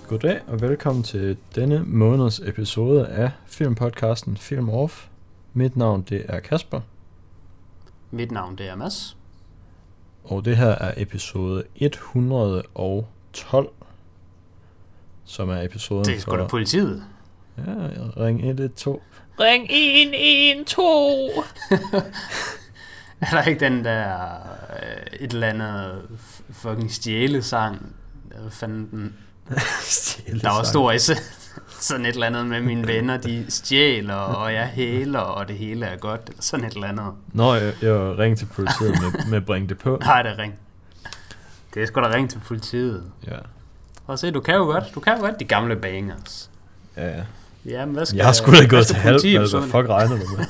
Goddag og velkommen til denne måneds episode af filmpodcasten Film Off. Mit navn det er Kasper. Mit navn det er Mads. Og det her er episode 112, som er episoden det er sgu da politiet. Ja, ring 112. Ring 112. Er der ikke den der et eller andet fucking stjælesang? Hvad fanden den? Der var stor i sådan et eller andet med mine venner, de stjæler, og jeg hæler, og det hele er godt, eller sådan et eller andet. Nå, jeg ring til politiet med bring det på. Nej, det er ring. Det er sgu da ring til politiet. Ja. Og se, du kan jo godt de gamle bangers. Ja. Jamen, hvad skal jeg har sgu da gået til halv, altså fuck regner du med?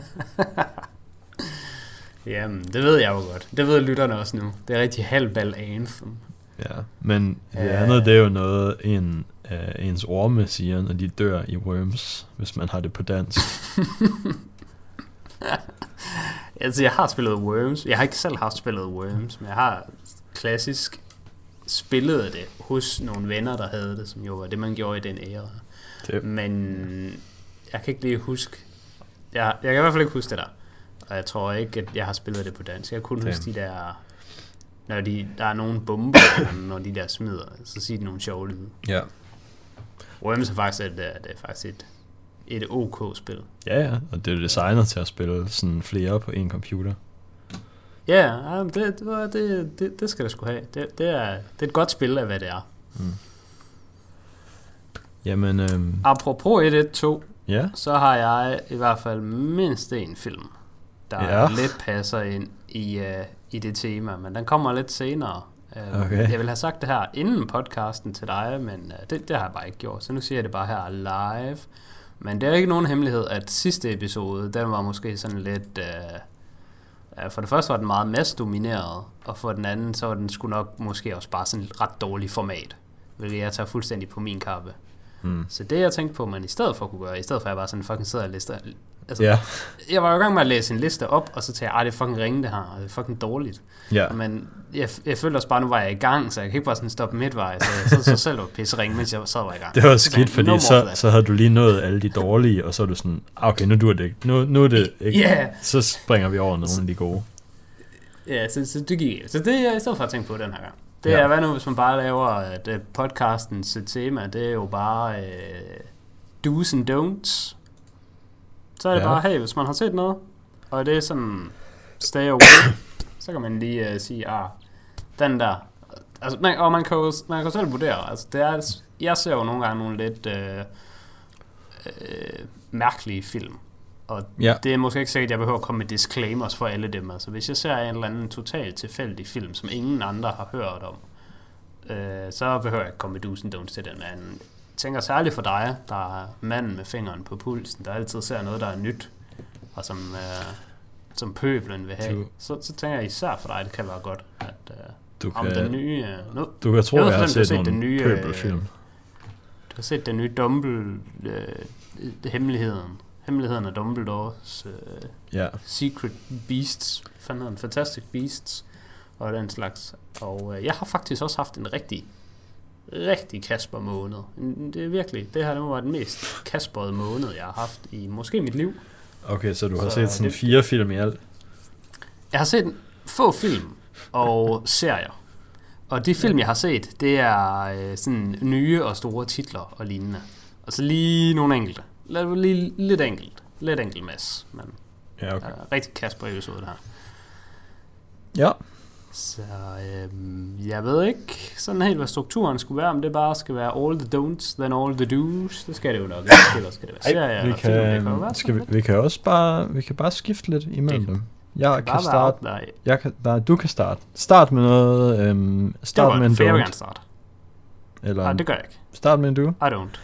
Jamen, det ved jeg jo godt. Det ved lytterne også nu. Det er rigtig halvbal anthem. Ja, men det andet, det er jo noget, ens orme siger, når de dør i Worms, hvis man har det på dansk. Altså, jeg har spillet Worms. Jeg har ikke selv haft spillet Worms, men jeg har klassisk spillet det hos nogle venner, der havde det, som jo var det, man gjorde i den æra. Men jeg kan ikke lige huske. Jeg kan i hvert fald ikke huske det der. Og jeg tror ikke, at jeg har spillet det på dansk. Jeg kunne huske de der... Når der er nogle bomber, når de der smider, så siger de nogle sjove lyde. Ja. Worms er faktisk et OK-spil. Ja, og det er designet til at spille sådan flere på en computer. Ja, det skal det sgu have. Det er et godt spil af, hvad det er. Mm. Jamen... Apropos 112, ja? så har jeg i hvert fald mindst en film, der lidt passer ind i det tema, men den kommer lidt senere. Okay. Jeg vil have sagt det her inden podcasten til dig, men det har jeg bare ikke gjort, så nu siger jeg det bare her live. Men det er ikke nogen hemmelighed, at sidste episode, den var måske sådan lidt... for det første var den meget massdomineret, og for den anden, så var den sgu nok måske også bare sådan et ret dårligt format, hvilket jeg tager fuldstændig på min kappe. Så det jeg tænkte på, man i stedet for kunne gøre, i stedet for at jeg bare sådan fucking sidder og lister... Altså, jeg var jo i gang med at læse en liste op, og så tænkte jeg, det er fucking ringe det her, og det er fucking dårligt. Men jeg følte også bare, nu var jeg i gang, så jeg kan ikke bare sådan stoppe midtvej, så selv var pisse ringe, mens jeg så var i gang. Det var skidt, fordi så havde du lige nået alle de dårlige, og så er du sådan, okay, nu duer det ikke, nu er det ikke, så springer vi over nogle af de gode. Ja, så det gik. Så det er jeg i stedet for at tænke på den her gang. Det er, hvad nu, hvis man bare laver podcastens tema, det er jo bare do's and don'ts. Så er det bare, hey, hvis man har set noget, og det er sådan, stay away, så kan man lige sige, den der. Altså, og man kan selv vurdere, altså det er, jeg ser jo nogle gange nogle lidt mærkelige film, og det er måske ikke sikkert, at jeg behøver at komme med disclaimers for alle dem. Altså, hvis jeg ser en eller anden totalt tilfældig film, som ingen andre har hørt om, så behøver jeg ikke komme med do's and don'ts til den, men tænker særligt for dig, der er manden med fingeren på pulsen, der altid ser noget, der er nyt, og som pøblen vil have. Så tænker jeg især for dig, det kan være godt, at du den nye... du kan tro, jeg har set nogle pøbelfilm. Du har set den nye Hemmeligheden af Dumbledores Secret Beasts, Fantastic Beasts, og den slags. Og jeg har faktisk også haft en rigtig Kasper måned. Det er virkelig, det her var den mest Kasperede måned, jeg har haft i måske mit liv. Okay, så du har set sådan 4 film i alt? Jeg har set få film og serier. Og de film, jeg har set, det er sådan nye og store titler og lignende. Og så lige nogle enkelte. Lidt enkelt masse. Men rigtig Kasper episode det her. Ja. Så jeg ved ikke sådan helt, hvad strukturen skulle være, om det bare skal være all the don'ts, then all the do's. Det skal det jo nok ikke. Eller skal det være serier eller film? Vi kan bare skifte lidt imellem dem. Jeg kan starte. Du kan starte. Start med noget. Start med en don't. Jeg vil gerne starte. Nej, det gør jeg ikke. Start med en do. I don't.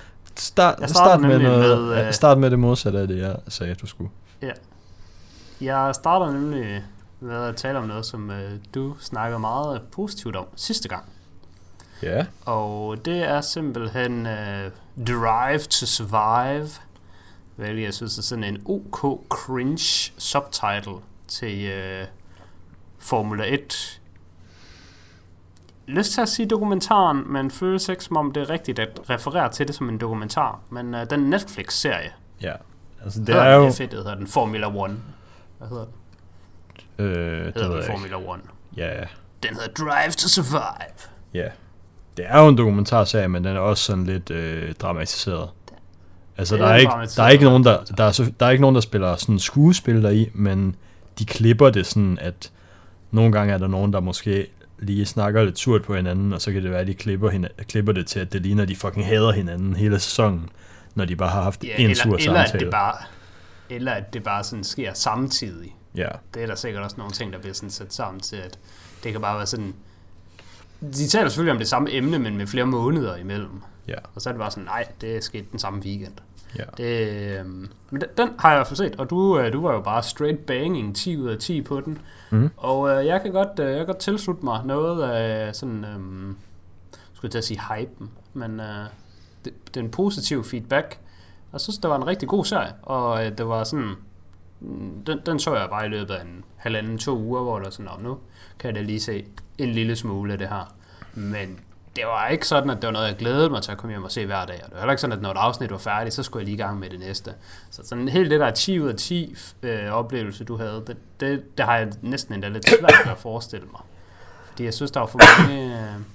Start med det modsatte af det, jeg sagde, du skulle. Ja. Jeg starter nemlig med at tale om noget, som du snakkede meget positivt om sidste gang. Ja. Og det er simpelthen Drive to Survive, hvilket jeg synes er sådan en OK cringe subtitle til Formula 1 lyst til at sige dokumentaren, men føles ikke som om det er rigtigt at referere til det som en dokumentar. Men den Netflix-serie. Ja, altså det er jo... Det fedt, det hedder den Formula 1. Hvad hedder den? Det hedder den Formula 1. Ja. Den hedder Drive to Survive. Ja. Det er jo en dokumentarserie, men den er også sådan lidt dramatiseret. Altså der er ikke nogen der er ikke nogen der spiller sådan skuespil der i, men de klipper det sådan at nogle gange er der nogen der måske lige snakker lidt surt på hinanden, og så kan det være at de klipper det til at det ligner at de fucking hader hinanden hele sæsonen, når de bare har haft en sur samtale. Eller at det bare sådan sker samtidig. Ja. Det er der sikkert også nogle ting der bliver sådan sat sammen til at det kan bare være sådan. De taler selvfølgelig om det samme emne, men med flere måneder imellem. Ja. Og så er det bare sådan, nej, det er sket den samme weekend. Ja. Men den har jeg i hvert fald set, og du var jo bare straight banging 10 ud af 10 på den. Mm. Og jeg kan godt tilslutte mig noget af sådan, skulle jeg til at sige hypen, men den positive feedback. Jeg synes, det var en rigtig god serie, og det var sådan, den så jeg bare i løbet af en 1,5-2 uger, hvor der sådan, nu kan jeg da lige se en lille smule af det her. Men det var ikke sådan, at det var noget, jeg glædede mig til at komme hjem og se hver dag. Og det var heller ikke sådan, at når et afsnit var færdigt, så skulle jeg lige i gang med det næste. Så sådan helt det der 10 ud af 10 oplevelse, du havde, det har jeg næsten endda lidt svært at forestille mig. Fordi jeg synes, der var for mange...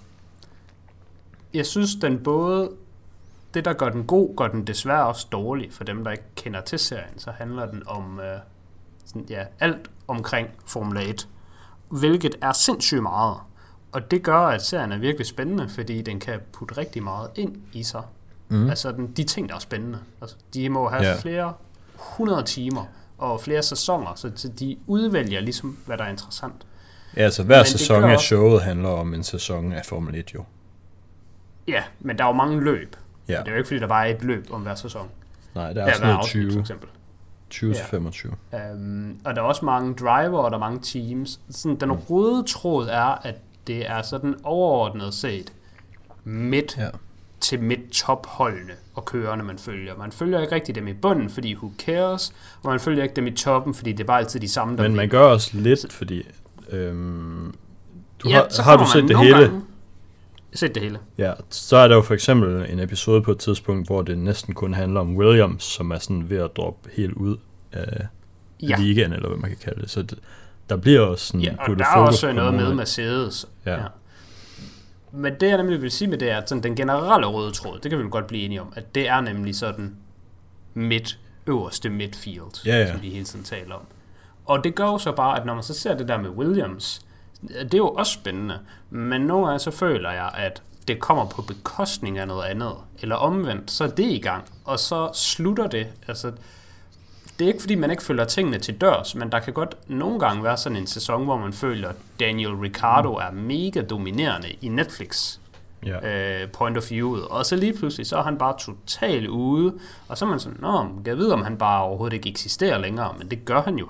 Jeg synes, den både... Det, der gør den god, gør den desværre også dårlig. For dem, der ikke kender til serien, så handler den om alt omkring Formula 1. Hvilket er sindssygt meget. Og det gør, at serien er virkelig spændende, fordi den kan putte rigtig meget ind i sig. Mm. Altså de ting, der er spændende. Altså, de må have flere 100 timer og flere sæsoner, så de udvælger ligesom, hvad der er interessant. Ja, altså hver sæson af showet handler om en sæson af Formel 1 jo. Ja, men der er jo mange løb. Ja. Det er jo ikke, fordi der bare er et løb om hver sæson. Nej, der er sådan noget 20. For eksempel. 20-25. Og der er også mange driver, og der er mange teams. Sådan, den røde tråd er, at det er sådan overordnet set midt til midt topholdene og kørende, man følger. Man følger ikke rigtig dem i bunden, fordi who cares, og man følger ikke dem i toppen, fordi det er bare altid de samme, der men man gør også lidt, fordi har du set det hele? Jeg har set det hele. Ja, så er der jo for eksempel en episode på et tidspunkt, hvor det næsten kun handler om Williams, som er sådan ved at droppe helt ud af ligaen, eller hvad man kan kalde det. Så der bliver også sådan... og der er også noget med Mercedes. Ja. Men det jeg nemlig vil sige med det er, at sådan, den generelle røde tråd, det kan vi jo godt blive enige om, at det er nemlig sådan øverste midfield, som de hele tiden taler om. Og det gør jo så bare, at når man så ser det der med Williams, det er jo også spændende, men nogle gange så føler jeg, at det kommer på bekostning af noget andet, eller omvendt, så er det i gang, og så slutter det. Altså, det er ikke fordi, man ikke følger tingene til dørs, men der kan godt nogle gange være sådan en sæson, hvor man føler, at Daniel Ricciardo er mega dominerende i Netflix point of view, og så lige pludselig, så er han bare totalt ude, og så er man sådan, jeg ved, om han bare overhovedet ikke eksisterer længere, men det gør han jo,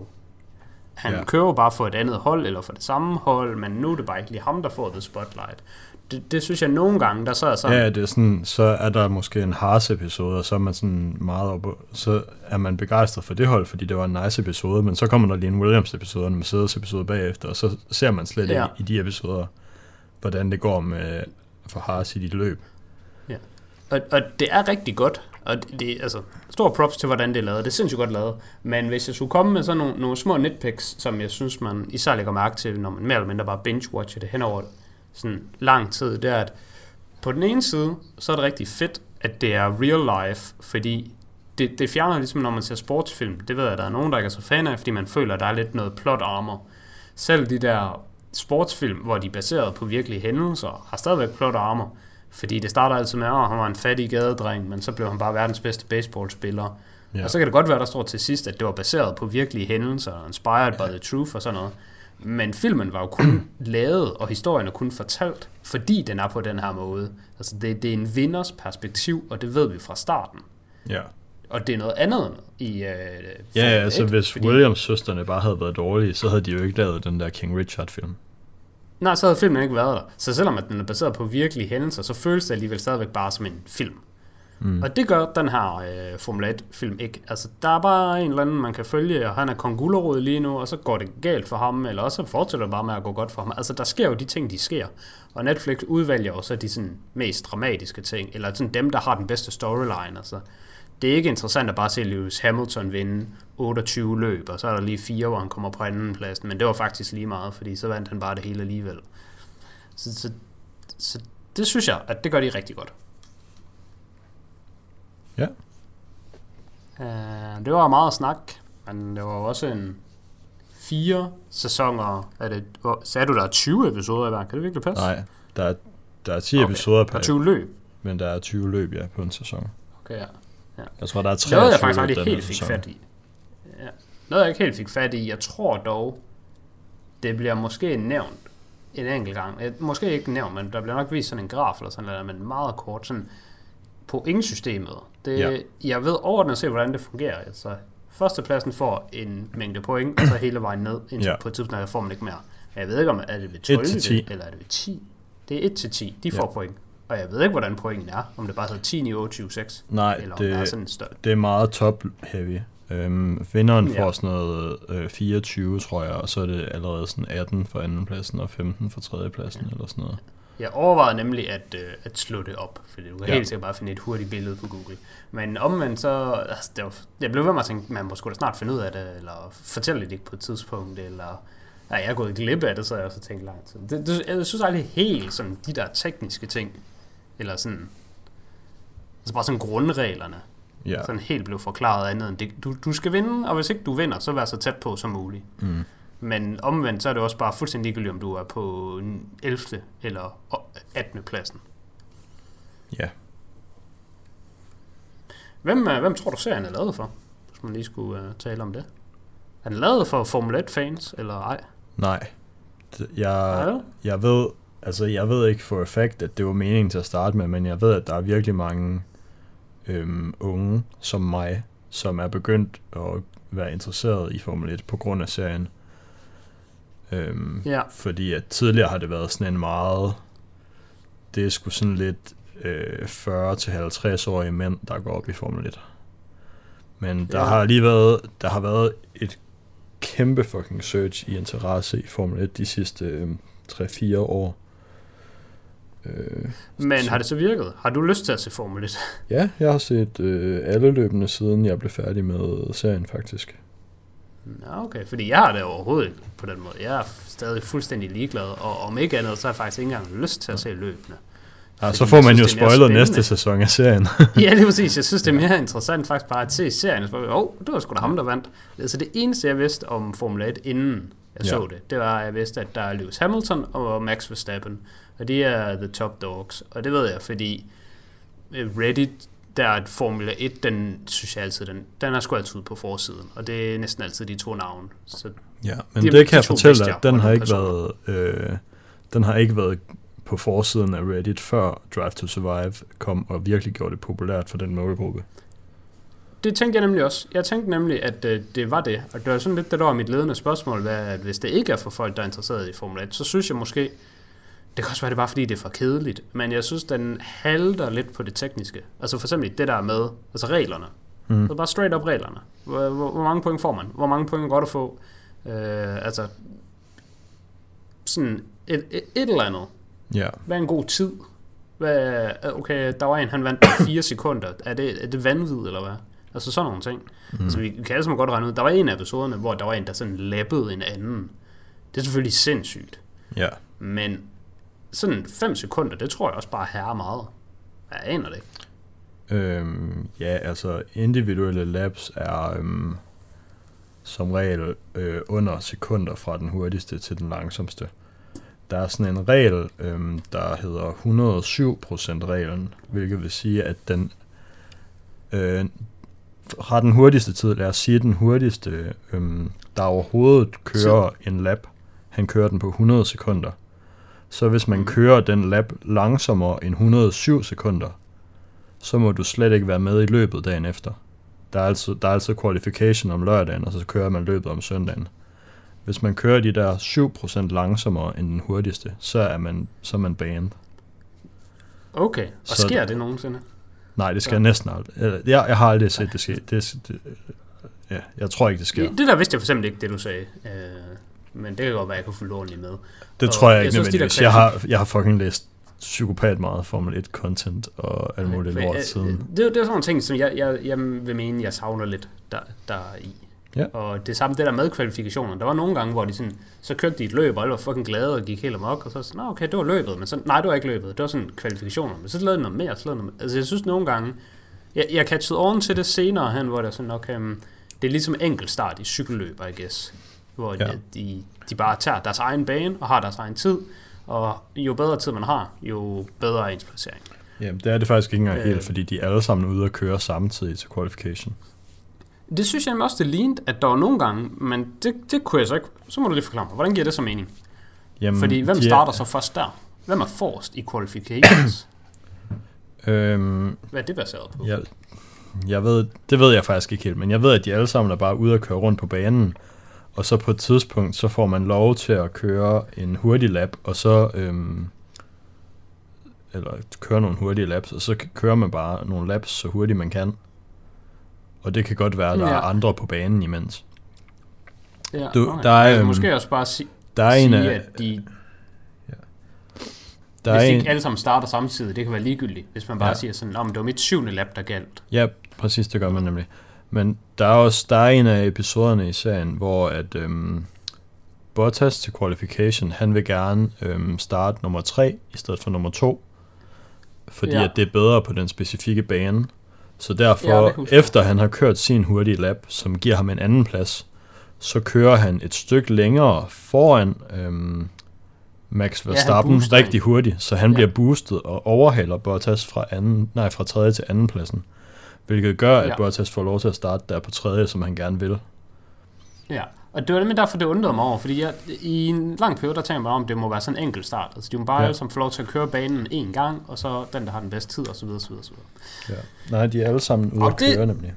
han kører bare for et andet hold, eller for det samme hold, men nu er det bare ikke lige ham, der får det spotlight. Det synes jeg nogle gange, der så er sådan... Ja, det er sådan, så er der måske en Haas-episode, og så er man sådan meget oppe, så er man begejstret for det hold, fordi det var en nice episode, men så kommer der lige en Williams-episode og en Mercedes-episode bagefter, og så ser man slet ikke i de episoder, hvordan det går med for Haas i dit løb. Ja, og det er rigtig godt, og det altså stor props til, hvordan det er lavet. Det er sindssygt godt lavet, men hvis jeg skulle komme med sådan nogle små nitpicks, som jeg synes, man især lægger mærke til, når man mere eller mindre bare binge-watcher det henover sådan lang tid, det er, at på den ene side, så er det rigtig fedt, at det er real life, fordi det fjerner ligesom, når man ser sportsfilm. Det ved jeg, der er nogen, der ikke er så fan af, fordi man føler, at der er lidt noget plot armor. Selv de der sportsfilm, hvor de er baseret på virkelige hændelser, har stadigvæk plot armor. Fordi det starter altid med, at han var en fattig gadedreng, men så blev han bare verdens bedste baseballspiller. Ja. Og så kan det godt være, der står til sidst, at det var baseret på virkelige hændelser, inspired by the truth og sådan noget. Men filmen var jo kun lavet, og historien er kun fortalt, fordi den er på den her måde. Altså det er en vinders perspektiv, og det ved vi fra starten. Ja. Og det er noget andet i altså hvis Williams-søsterne bare havde været dårlige, så havde de jo ikke lavet den der King Richard-film. Nej, så havde filmen ikke været der. Så selvom at den er baseret på virkelige hændelser, så føles det alligevel stadigvæk bare som en film. Og det gør den her Formel 1-film ikke. Altså, der er bare en eller anden, man kan følge, og han er kong Gulerod lige nu, og så går det galt for ham, eller også fortsætter det bare med at gå godt for ham. Altså, der sker jo de ting, de sker. Og Netflix udvælger jo så de sådan, mest dramatiske ting, eller sådan dem, der har den bedste storyline. Altså, det er ikke interessant at bare se Lewis Hamilton vinde 28 løb, og så er der lige 4, hvor han kommer på anden plads, men det var faktisk lige meget, fordi så vandt han bare det hele alligevel. Så det synes jeg, at det gør de rigtig godt. Ja. Det var meget snak, men det var også en 4 sæsoner. Sagde du, der er 20 episoder i hver? Kan det virkelig passe? Nej, der er 10 episoder per. Der er 20 løb. Men der er 20 løb, ja, på en sæson. Okay, ja. Jeg tror, der er 23 løb. Noget, jeg faktisk aldrig helt fik sæson. fat i. Ja. Noget, jeg ikke helt fik fat i. Jeg tror dog, det bliver måske nævnt en enkelt gang. Måske ikke nævnt, men der bliver nok vist sådan en graf eller sådan noget, men meget kort sådan pointsystemet. Jeg ved overordnet at se, hvordan det fungerer. Altså, førstepladsen får en mængde point, og så hele vejen ned, indtil på et tidspunkt får man ikke mere. Men jeg ved ikke, om er det ved 12 eller er det ved 10. Det er 1-10, de får point. Og jeg ved ikke, hvordan pointen er. Om det bare hedder 10, 9, 8, 7, 6. Nej, eller det, er sådan det er meget top-heavy. Vinderen får sådan noget 24, tror jeg, og så er det allerede sådan 18 for andenpladsen og 15 for tredjepladsen, eller sådan noget. Jeg overvejede nemlig at slå det op, for du kan helt sikkert bare finde et hurtigt billede på Google. Men omvendt så, altså, jeg blev ved med at tænke, man må sgu da snart finde ud af det, eller fortælle det ikke på et tidspunkt, eller jeg er gået glip af det, så jeg også tænkt lang tid. Jeg synes aldrig helt sådan de der tekniske ting, eller sådan, altså bare sådan grundreglerne, sådan helt blev forklaret andet end det. Du skal vinde, og hvis ikke du vinder, så vær så tæt på som muligt. Men omvendt, så er det også bare fuldstændig ligegyldigt, om du er på 11. eller 18. pladsen. Ja. Hvem tror du serien er lavet for? Hvis man lige skulle tale om det. Er den lavet for Formel 1-fans, eller ej? Nej. Jeg ved ikke for effekt, at det var meningen til at starte med, men jeg ved, at der er virkelig mange unge som mig, som er begyndt at være interesseret i Formel 1 på grund af serien. Fordi at tidligere har det været sådan en meget, det er sgu sådan lidt 40-50-årige mænd, der går op i Formel 1. Men der har været et kæmpe fucking surge i interesse i Formel 1 de sidste 3-4 år. Men har det så virket? Har du lyst til at se Formel 1? Ja, jeg har set alle løbende siden jeg blev færdig med serien faktisk. Nå, okay, fordi jeg har det overhovedet ikke på den måde. Jeg er stadig fuldstændig ligeglad, og om ikke andet, så har jeg faktisk ikke engang lyst til at se løbene. Ja, så får man jo spoilet næste sæson af serien. Ja, lige præcis. Jeg synes, det er mere interessant faktisk bare at se serien. Det var sgu da ham, der vandt. Altså det eneste, jeg vidste om Formel 1, inden jeg så det var, at jeg vidste, at der er Lewis Hamilton og Max Verstappen, og de er the top dogs. Og det ved jeg, fordi Reddit, der er Formel 1, den synes jeg altid, den er sgu altid på forsiden, og det er næsten altid de to navne. Så ja, men det kan jeg fortælle dig, at den har ikke været på forsiden af Reddit, før Drive to Survive kom og virkelig gjorde det populært for den målgruppe. Det tænkte jeg nemlig også. Jeg tænkte nemlig, at det var det. Og det var sådan lidt, det der var mit ledende spørgsmål, at hvis det ikke er for folk, der er interesseret i Formel 1, så synes jeg måske, det kan også være det bare fordi, det er for kedeligt, men jeg synes, den halter lidt på det tekniske. Altså for eksempel det der med, altså reglerne. Så bare straight up reglerne. Hvor mange point får man? Hvor mange point er godt at få? Altså sådan et eller andet. Ja. Hvad er en god tid? Okay, der var en, han vandt 4 sekunder. Er det vanvid, eller hvad? Altså sådan nogle ting. Altså vi kan alle sammen godt regne ud. Der var en af episoderne, hvor der var en, der sådan lappede en anden. Det er selvfølgelig sindssygt. Ja. Men sådan 5 sekunder, det tror jeg også bare her meget. Jeg aner det ikke. Ja, altså individuelle laps er som regel under sekunder fra den hurtigste til den langsomste. Der er sådan en regel, der hedder 107%-reglen, hvilket vil sige, at den har den hurtigste tid, lad os sige den hurtigste, der overhovedet kører en lap, han kører den på 100 sekunder. Så hvis man kører den lap langsommere end 107 sekunder, så må du slet ikke være med i løbet dagen efter. Der er altså qualification om lørdagen, og så kører man løbet om søndagen. Hvis man kører de der 7% langsommere end den hurtigste, så er man banned. Okay, og sker det nogensinde? Nej, det skal næsten aldrig. Jeg har aldrig set det ske. Ja, jeg tror ikke, det sker. Det der vidste jeg for eksempel ikke, det du sagde. Men det kan godt være, jeg kunne få lån med. Det tror jeg ikke nødvendigvis. Jeg har fucking læst psykopat meget Formel 1-content og alt muligt lort siden. Det er sådan nogle ting, som jeg vil mene, jeg savner lidt der i. Ja. Og det samme det der med kvalifikationer. Der var nogle gange, hvor de sådan, så kørte de et løb, og alle var fucking glade og gik helt amok, og så sådan, okay, det var løbet, men så, nej, det var ikke løbet, det var sådan kvalifikationer, men så lavede de noget mere, altså jeg synes nogle gange, jeg catchede oven til det senere hen, hvor der sådan, okay, det er ligesom enkeltstart i cykelløb, I guess, hvor de bare tager deres egen bane og har deres egen tid, og jo bedre tid man har, jo bedre er ens placering. Jamen, det er det faktisk ikke engang helt, fordi de er alle sammen ude at køre samtidig til qualification. Det synes jeg også, det lignede, at der var nogle gange, men det kunne jeg så ikke. Så må du lige forklare mig, hvordan giver det så mening? Jamen, fordi hvem starter så først der? Hvem er forrest i qualifications? Hvad er det baseret på? Det ved jeg faktisk ikke helt, men jeg ved, at de alle sammen er bare ude at køre rundt på banen, og så på et tidspunkt, så får man lov til at køre en hurtig lap, og så eller køre nogle hurtige laps, og så kører man bare nogle laps så hurtigt man kan. Og det kan godt være, at der er andre på banen imens. Ja, okay. Der er, måske også bare sige, at de... Ja. Hvis ikke alle sammen starter samtidig, det kan være ligegyldigt, hvis man bare siger sådan, men det var mit 7. lap, der galt. Ja, præcis, det gør man nemlig. Men der er en af episoderne i serien, hvor at Bottas til qualification, han vil gerne starte nummer 3 i stedet for nummer 2, fordi at det er bedre på den specifikke bane. Så derfor, efter han har kørt sin hurtige lap, som giver ham en anden plads, så kører han et stykke længere foran Max Verstappen rigtig hurtigt, så han bliver boostet og overhaler Bottas fra 3. til 2. pladsen, hvilket gør, at Bottas får lov til at starte der på 3., som han gerne vil. Ja, og det var nemlig derfor, det undrede mig over, fordi i en lang periode, der tænker man om, det må være sådan en enkelt start. Altså, de må bare alle sammen få lov til at køre banen en gang, og så den, der har den bedste tid, og så videre, så videre, så videre. Ja. Nej, de er alle sammen ude at køre, nemlig.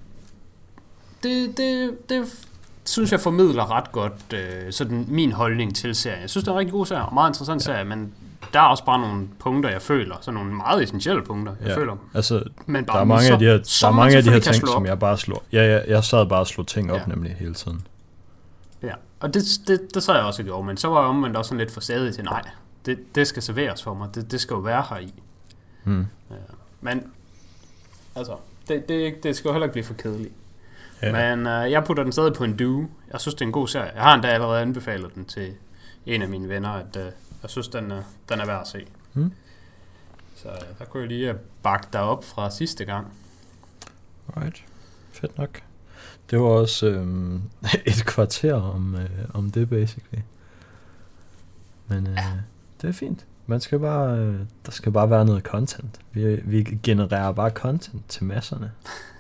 Det synes jeg formidler ret godt sådan min holdning til serien. Jeg synes, det er en rigtig god serie, og meget interessant serie, men der er også bare nogle punkter, jeg føler, sådan nogle meget essentielle punkter, jeg føler. Altså, men bare der er mange af de her ting, som jeg bare slår. Jeg sad bare og slog ting op, nemlig hele tiden. Ja, og det så jeg også gjort, men så var jeg omvendt også sådan lidt for stadig til, nej, det skal serveres for mig, det skal jo være her i. Men, altså, det skal jo heller ikke blive for kedeligt. Ja. Men jeg putter den stadig på en due. Jeg synes, det er en god serie. Jeg har endda allerede anbefalet den til en af mine venner, at jeg synes, den er værd at se. Så der kunne jeg lige bakke dig op fra sidste gang. Right. Fedt nok. Det var også et kvarter om det, basically. Men det er fint. Man skal bare, der skal bare være noget content. Vi genererer bare content til masserne.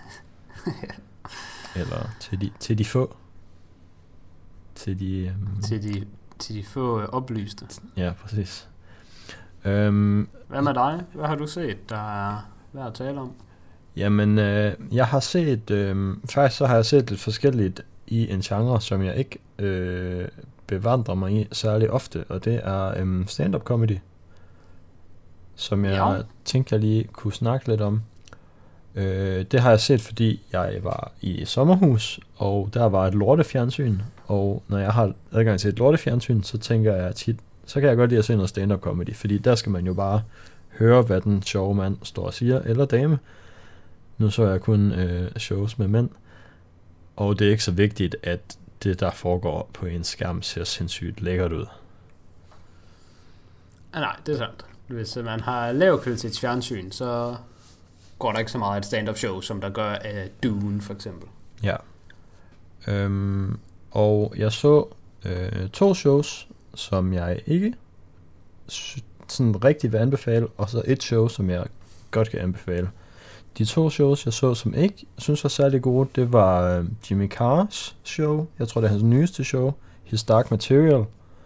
Eller til de få. Til de få oplyste. Ja, præcis. Hvad med dig? Hvad har du set, der er værd at tale om? Jamen, jeg har set, faktisk så har jeg set lidt forskelligt i en genre, som jeg ikke bevandrer mig i særlig ofte, og det er stand-up comedy, som jeg tænkte, jeg lige kunne snakke lidt om. Det har jeg set, fordi jeg var i sommerhus, og der var et lortefjernsyn, og når jeg har adgang til et lortefjernsyn, så tænker jeg tit, så kan jeg godt lide at se noget stand-up comedy, fordi der skal man jo bare høre, hvad den sjove mand står og siger, eller dame. Nu så jeg kun shows med mænd, og det er ikke så vigtigt, at det, der foregår på en skærm, ser sindssygt lækkert ud. Nej, det er sandt. Hvis man har lav kvalitets fjernsyn, så går der ikke så meget et stand-up show, som der gør af Dune, for eksempel. Ja. Og jeg så 2 shows, som jeg ikke sådan rigtig vil anbefale, og så et show, som jeg godt kan anbefale. De 2 shows, jeg så, som ikke synes var særlig gode, det var Jimmy Carr's show. Jeg tror, det er hans nyeste show. His Dark Material.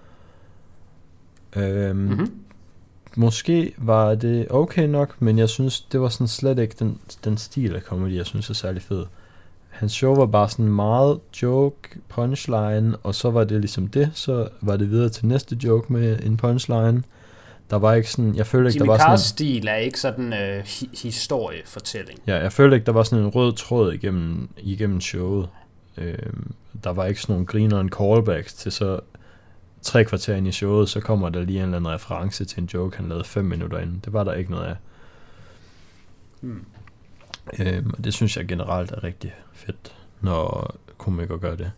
Måske var det okay nok, men jeg synes, det var sådan slet ikke den stil af comedy, jeg synes er særlig fed. Hans show var bare sådan meget joke, punchline, og så var det ligesom det. Så var det videre til næste joke med en punchline. Der var ikke sådan, jeg følte ikke, Jimmy der var sådan... Carrs stil er ikke sådan historiefortælling. Ja, jeg følte ikke, der var sådan en rød tråd igennem showet. Der var ikke sådan nogle griner og callbacks til så 3 kvarter ind i showet, så kommer der lige en eller anden reference til en joke, han lavede 5 minutter inden. Det var der ikke noget af. Og det synes jeg generelt er rigtig fedt, når komikere gør det.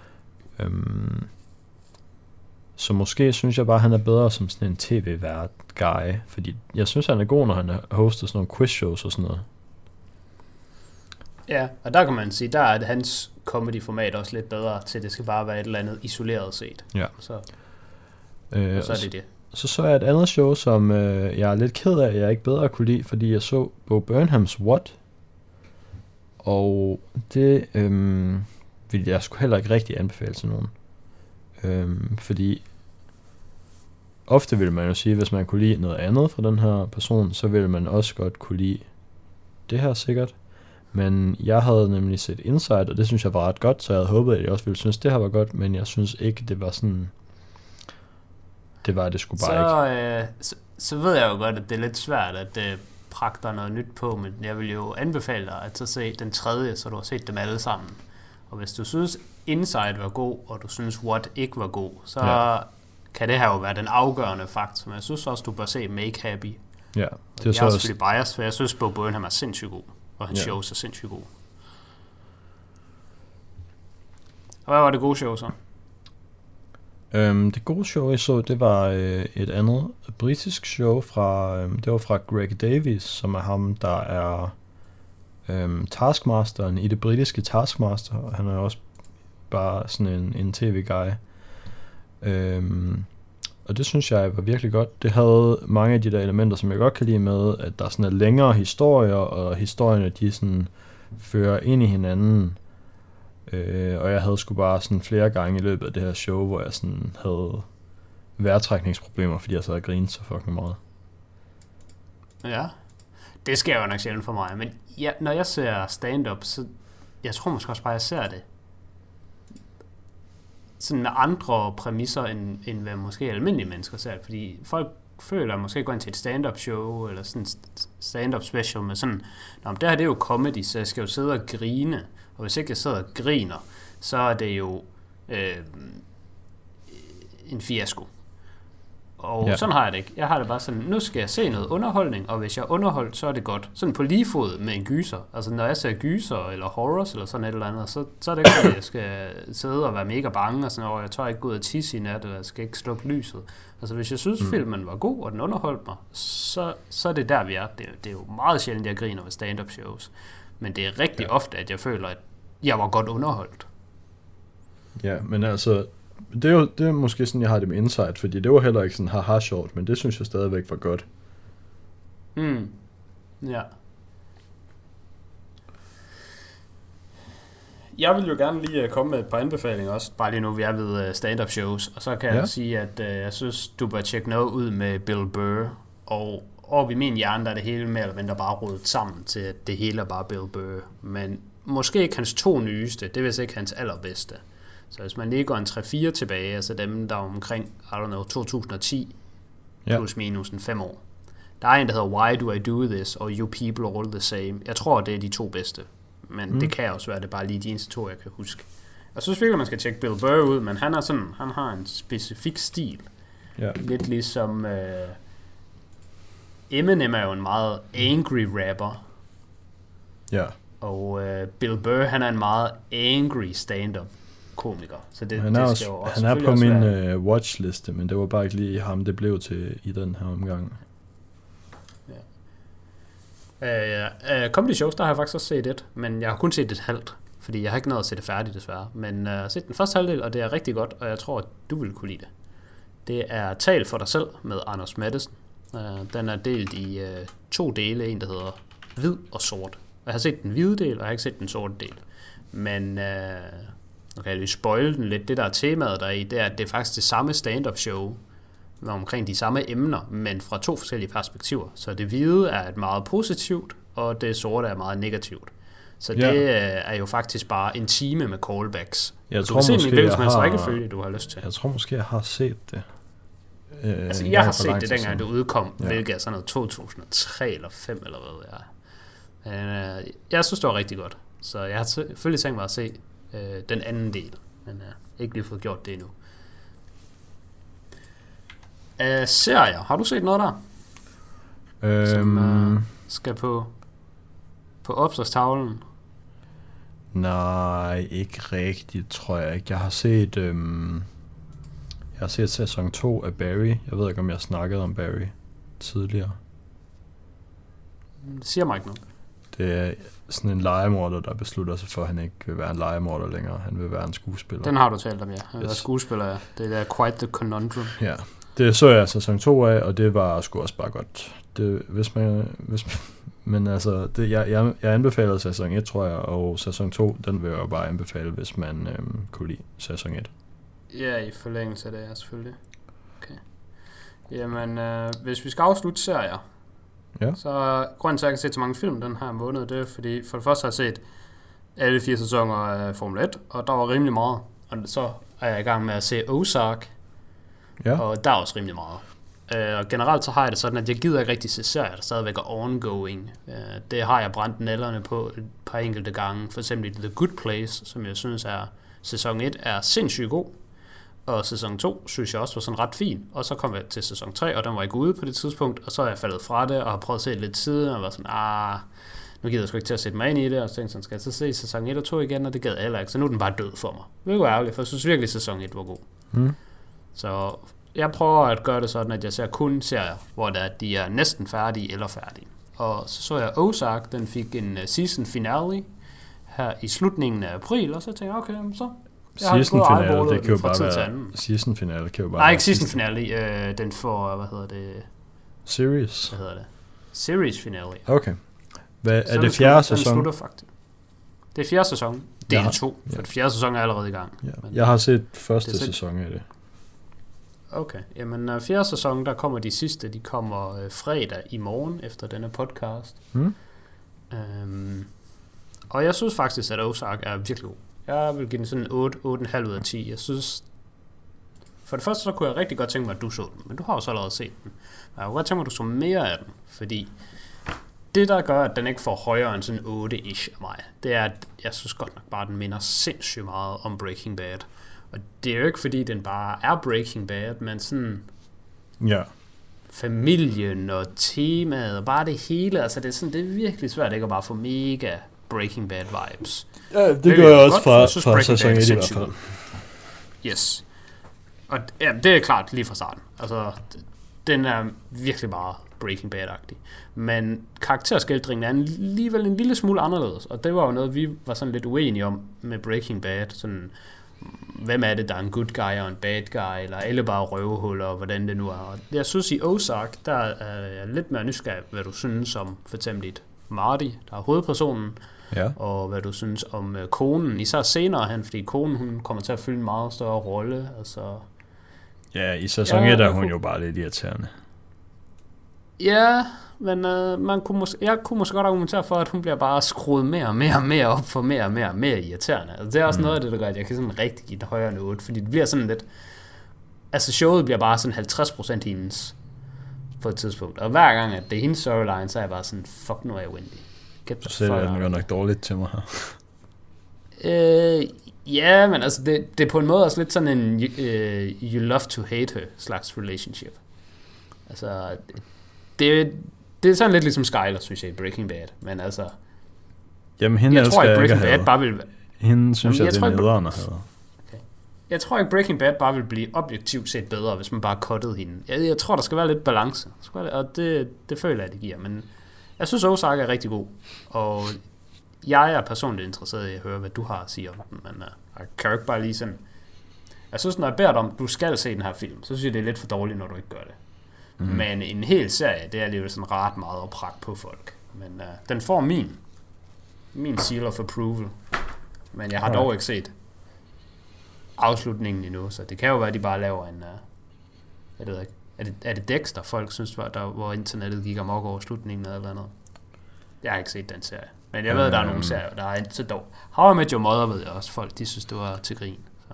Så måske synes jeg bare, at han er bedre som sådan en tv-vært guy, fordi jeg synes, han er god, når han har hostet sådan nogle quiz-shows og sådan noget. Ja, og der kan man sige, der er hans comedy-format også lidt bedre til, det skal bare være et eller andet isoleret set. Ja. Så er det det. Så jeg et andet show, som jeg er lidt ked af, jeg ikke bedre kunne lide, fordi jeg så Bo Burnhams What, og det ville jeg sgu heller ikke rigtig anbefale til nogen. Fordi ofte vil man jo sige, hvis man kunne lide noget andet fra den her person, så ville man også godt kunne lide det her sikkert. Men jeg havde nemlig set Inside, og det synes jeg var ret godt, så jeg havde håbet, at jeg også ville synes, det her var godt, men jeg synes ikke, det var sådan... Det skulle bare ikke. Så ved jeg jo godt, at det er lidt svært at pragte noget nyt på, men jeg vil jo anbefale dig at så se den tredje, så du har set dem alle sammen. Og hvis du synes Inside var god, og du synes What ikke var god, så kan det her jo være den afgørende faktor. Men jeg synes også, du bør se Make Happy. Ja, det er så også selvfølgelig bias, for jeg synes, Bo Burnham er sindssygt god, og hans shows er sindssygt god. Og hvad var det gode show så? Det gode show, jeg så, det var et andet britisk show det var fra Greg Davies, som er ham, der er Taskmasteren i det britiske Taskmaster. Han er også bare sådan en tv-guy. Og det synes jeg var virkelig godt. Det havde mange af de der elementer, som jeg godt kan lide med, at der sådan er længere historier, og historierne de sådan fører ind i hinanden. Og jeg havde sgu bare sådan flere gange i løbet af det her show, hvor jeg sådan havde vejrtrækningsproblemer, fordi jeg sad og grinede så fucking meget. Ja, det sker jo nok sjældent for mig, men når jeg ser stand-up, så jeg tror måske også bare, jeg ser det sådan med andre præmisser, end hvad måske almindelige mennesker ser, fordi folk føler, at måske går ind til et stand-up show, eller sådan stand-up special med sådan, det her det er jo comedy, så jeg skal jo sidde og grine, og hvis ikke jeg sidder og griner, så er det jo en fiasko. Og sådan har jeg det ikke. Jeg har det bare sådan, nu skal jeg se noget underholdning, og hvis jeg er underholdt, så er det godt. Sådan på lige fod med en gyser. Altså når jeg ser gyser eller horrors eller sådan et eller andet, så er det ikke, at jeg skal sidde og være mega bange og sådan, og jeg tør ikke gå ud og tisse i nat, eller jeg skal ikke slukke lyset. Altså hvis jeg synes, filmen var god, og den underholdt mig, så er det der, vi er. Det er jo meget sjældent, jeg griner ved stand-up shows. Men det er rigtig ofte, at jeg føler, at jeg var godt underholdt. Ja, men altså... Det er måske sådan, jeg har det med Inside, fordi det var heller ikke sådan haha sjovt, men det synes jeg stadigvæk var godt. Ja. Jeg vil jo gerne lige komme med et par anbefalinger også, bare lige nu vi er ved stand-up shows, og så kan jeg sige, at jeg synes, du bør tjekke noget ud med Bill Burr, og oppe i min hjerne, der er det hele mere eller mindre bare rodet sammen til, at det hele er bare Bill Burr, men måske ikke hans 2 nyeste, det er vist ikke hans allerbedste. Så hvis man lige går en 3-4 tilbage, altså dem, der er omkring, 2010, plus minus en 5 år. Der er en, der hedder Why Do I Do This, og You People Are All The Same. Jeg tror, det er de 2 bedste. Men det kan også være, det er bare lige de eneste 2, jeg kan huske. Jeg synes virkelig, man skal tjekke Bill Burr ud, men han har en specifik stil. Ja. Lidt ligesom... Eminem er jo en meget angry rapper. Ja. Og Bill Burr, han er en meget angry stand-up komiker. Så han er på min watchliste, men det var bare ikke lige ham, det blev til i den her omgang. Comedy shows, der har jeg faktisk også set et, men jeg har kun set et halvt, fordi jeg har ikke nået at se det færdigt desværre. Men jeg har set den første halvdel, og det er rigtig godt, og jeg tror, at du vil kunne lide det. Det er Tal for dig selv med Anders Matthesen. Den er delt i 2 dele, en der hedder hvid og sort. Jeg har set den hvide del, og jeg har ikke set den sorte del. Men nu kan jeg lige spoile den lidt. Det der er temaet der i, det er, at det er faktisk det samme stand-up show omkring de samme emner, men fra 2 forskellige perspektiver. Så det hvide er et meget positivt, og det sorte er meget negativt. Så det er jo faktisk bare en time med callbacks. Jeg tror måske, du har lyst til. Jeg tror måske, jeg har set det. Altså, jeg har set det dengang, det udkom, hvilket er sådan noget 2003 eller 5 eller hvad det er. Jeg synes, det var rigtig godt. Så jeg har selvfølgelig tænkt mig at se den anden del, men ikke lige fået gjort det endnu. Serier, har du set noget der? Som skal på opslagstavlen? Nej, ikke rigtigt, tror jeg ikke. Jeg har set sæson 2 af Barry. Jeg ved ikke, om jeg snakkede om Barry tidligere. Det siger mig ikke noget. Det er sådan en legemorder, der beslutter sig for, at han ikke vil være en legemorder længere. Han vil være en skuespiller. Den har du talt om, ja. Han vil være skuespiller, ja. Det er quite the conundrum. Ja, det så jeg sæson 2 af, og det var sgu også bare godt. Men altså, jeg anbefalede sæson 1, tror jeg, og sæson 2, den vil jeg jo bare anbefale, hvis man kunne lide sæson 1. Ja, i forlængelse af det, ja, selvfølgelig. Okay. Jamen, hvis vi skal afslutte serier, så grunden til, at jeg kan se så mange film den her måned, det er, fordi for det første har jeg set alle 4 sæsoner af Formel 1, og der var rimelig meget. Og så er jeg i gang med at se Ozark, og der er også rimelig meget. Og generelt så har jeg det sådan, at jeg gider ikke rigtig se serier, der stadigvæk er ongoing. Det har jeg brændt nælderne på et par enkelte gange. For eksempel The Good Place, som jeg synes er, sæson 1 er sindssygt god. Og sæson 2 synes jeg også var sådan ret fin. Og så kom jeg til sæson 3, og den var ikke ude på det tidspunkt. Og så er jeg faldet fra det, og har prøvet at se det lidt siden, og var sådan, nu gider jeg sgu ikke til at sætte mig ind i det. Og så tænkte jeg, skal jeg så se sæson 1 og 2 igen, og det gad jeg heller ikke. Så nu er den bare død for mig. Det var ærgerligt, for jeg synes virkelig, at sæson 1 var god. Så jeg prøver at gøre det sådan, at jeg ser kun serier, hvor de er næsten færdige eller færdige. Og så jeg Ozark, den fik en season finale her i slutningen af april, og så tænkte jeg, okay, så season finale, det kan jo bare være season finale, kan jo bare. Nej, ikke season finale, den får, series. Series finale. Okay. Hvad er det fjerde sæson? Den slutter faktisk. Det er fjerde sæson. Del 2, for det fjerde sæson er allerede i gang. Ja. Jeg har set første sæson af det. Okay, jamen fjerde sæson, der kommer de sidste, de kommer fredag i morgen efter denne podcast. Og jeg synes faktisk, at Ozark er virkelig god. Jeg vil give den sådan 8,5 ud af 10. Jeg synes, for det første så kunne jeg rigtig godt tænke mig, at du så den, men du har jo så allerede set den. Jeg kunne godt tænke mig, at du så mere af den, fordi det, der gør, at den ikke får højere end sådan 8-ish af mig, det er, at jeg synes godt nok bare, at den minder sindssygt meget om Breaking Bad. Og det er jo ikke, fordi den bare er Breaking Bad, men sådan familien og temaet og bare det hele, altså det er virkelig svært ikke at bare få mega Breaking Bad vibes. Ja, det gør jeg også fra sæson 1 i hvert fald. Yes. Og ja, det er klart lige fra starten. Altså, den er virkelig bare Breaking Bad-agtig. Men karakterskildringen er alligevel en lille smule anderledes, og det var jo noget, vi var sådan lidt uenige om med Breaking Bad. Sådan, hvem er det, der er en good guy og en bad guy, eller alle bare røvehuller, og hvordan det nu er. Og jeg synes, i Ozark, der er jeg lidt mere nysgerrig, hvad du synes om for eksempel Marty, der er hovedpersonen, og hvad du synes om konen, især senere hen, fordi konen, hun kommer til at fylde en meget større rolle. Altså, ja, i sæson 1 er hun jo bare lidt irriterende. Ja, men jeg kunne måske godt argumentere for, at hun bliver bare skruet mere og mere op for mere og mere irriterende. Altså, det er også noget af det, der gør, at jeg kan sådan rigtig give det højere note, fordi det bliver sådan lidt, altså showet bliver bare sådan 50% hendes på et tidspunkt. Og hver gang, at det er hendes storyline, så er jeg bare sådan, fuck, nu er jeg Wendy. Du ser den nok dårligt til mig her. Ja, men altså, det er på en måde også lidt sådan en you love to hate her slags relationship. Altså, det er sådan lidt ligesom Skyler, synes jeg, i Breaking Bad. Men altså, jamen, hende jeg tror ikke, Breaking Bad bare vil... Hende synes jeg, det er nederen at have. Okay. Jeg tror ikke, Breaking Bad bare vil blive objektivt set bedre, hvis man bare cuttede hende. Jeg tror, der skal være lidt balance. Og det føler jeg, det giver. Men jeg synes, Ozark er rigtig god. Og jeg er personligt interesseret i at høre, hvad du har at sige om den. Men jeg kan jo ikke bare lige sådan... Jeg synes, når jeg beder dig om, du skal se den her film, så synes jeg, det er lidt for dårligt, når du ikke gør det. Men en hel serie, det er alligevel sådan ret meget at prakke på folk. Men den får min seal of approval. Men jeg har dog ikke set afslutningen endnu, så det kan jo være, at de bare laver en... jeg ved ikke. Er det Dexter, folk synes, hvor internettet gik amok over slutningen eller andet? Jeg har ikke set den serie. Men jeg ved, at der er nogle serier, der er så dog. How I Met Your Mother ved jeg også, folk de synes, det var til grin. Så.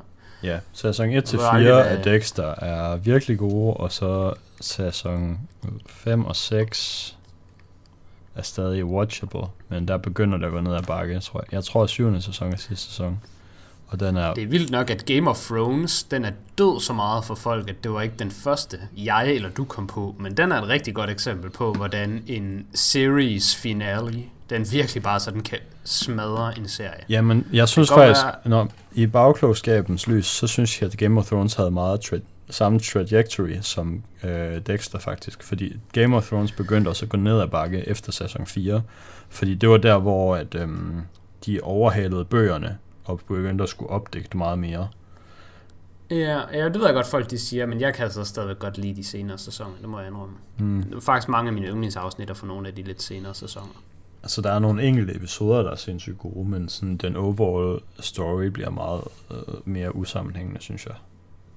Ja, sæson 1-4 af Dexter er virkelig gode, og så sæson 5 og 6 er stadig watchable, men der begynder det at gå ned ad bakke, tror jeg. Jeg tror, at 7. sæson er sidste sæson. Og den er... Det er vildt nok, at Game of Thrones, den er død så meget for folk, at det var ikke den første, jeg eller du kom på, men den er et rigtig godt eksempel på, hvordan en series finale, den virkelig bare sådan kan smadre en serie. Jamen, jeg synes faktisk, i bagklogskabens lys, så synes jeg, at Game of Thrones havde meget samme trajectory som Dexter faktisk, fordi Game of Thrones begyndte også at gå ned ad bakke efter sæson 4, fordi det var der, hvor at, de overhalede bøgerne og begyndte at skulle opdægte meget mere. Ja, det ved jeg godt, folk de siger, men jeg kan altså stadigvæk godt lide de senere sæsoner, det må jeg indrømme. Det er faktisk mange af mine yndlingsafsnitter for nogle af de lidt senere sæsoner. Altså, der er nogle enkelte episoder, der er sindssygt gode, men sådan, den overall story bliver meget mere usammenhængende, synes jeg.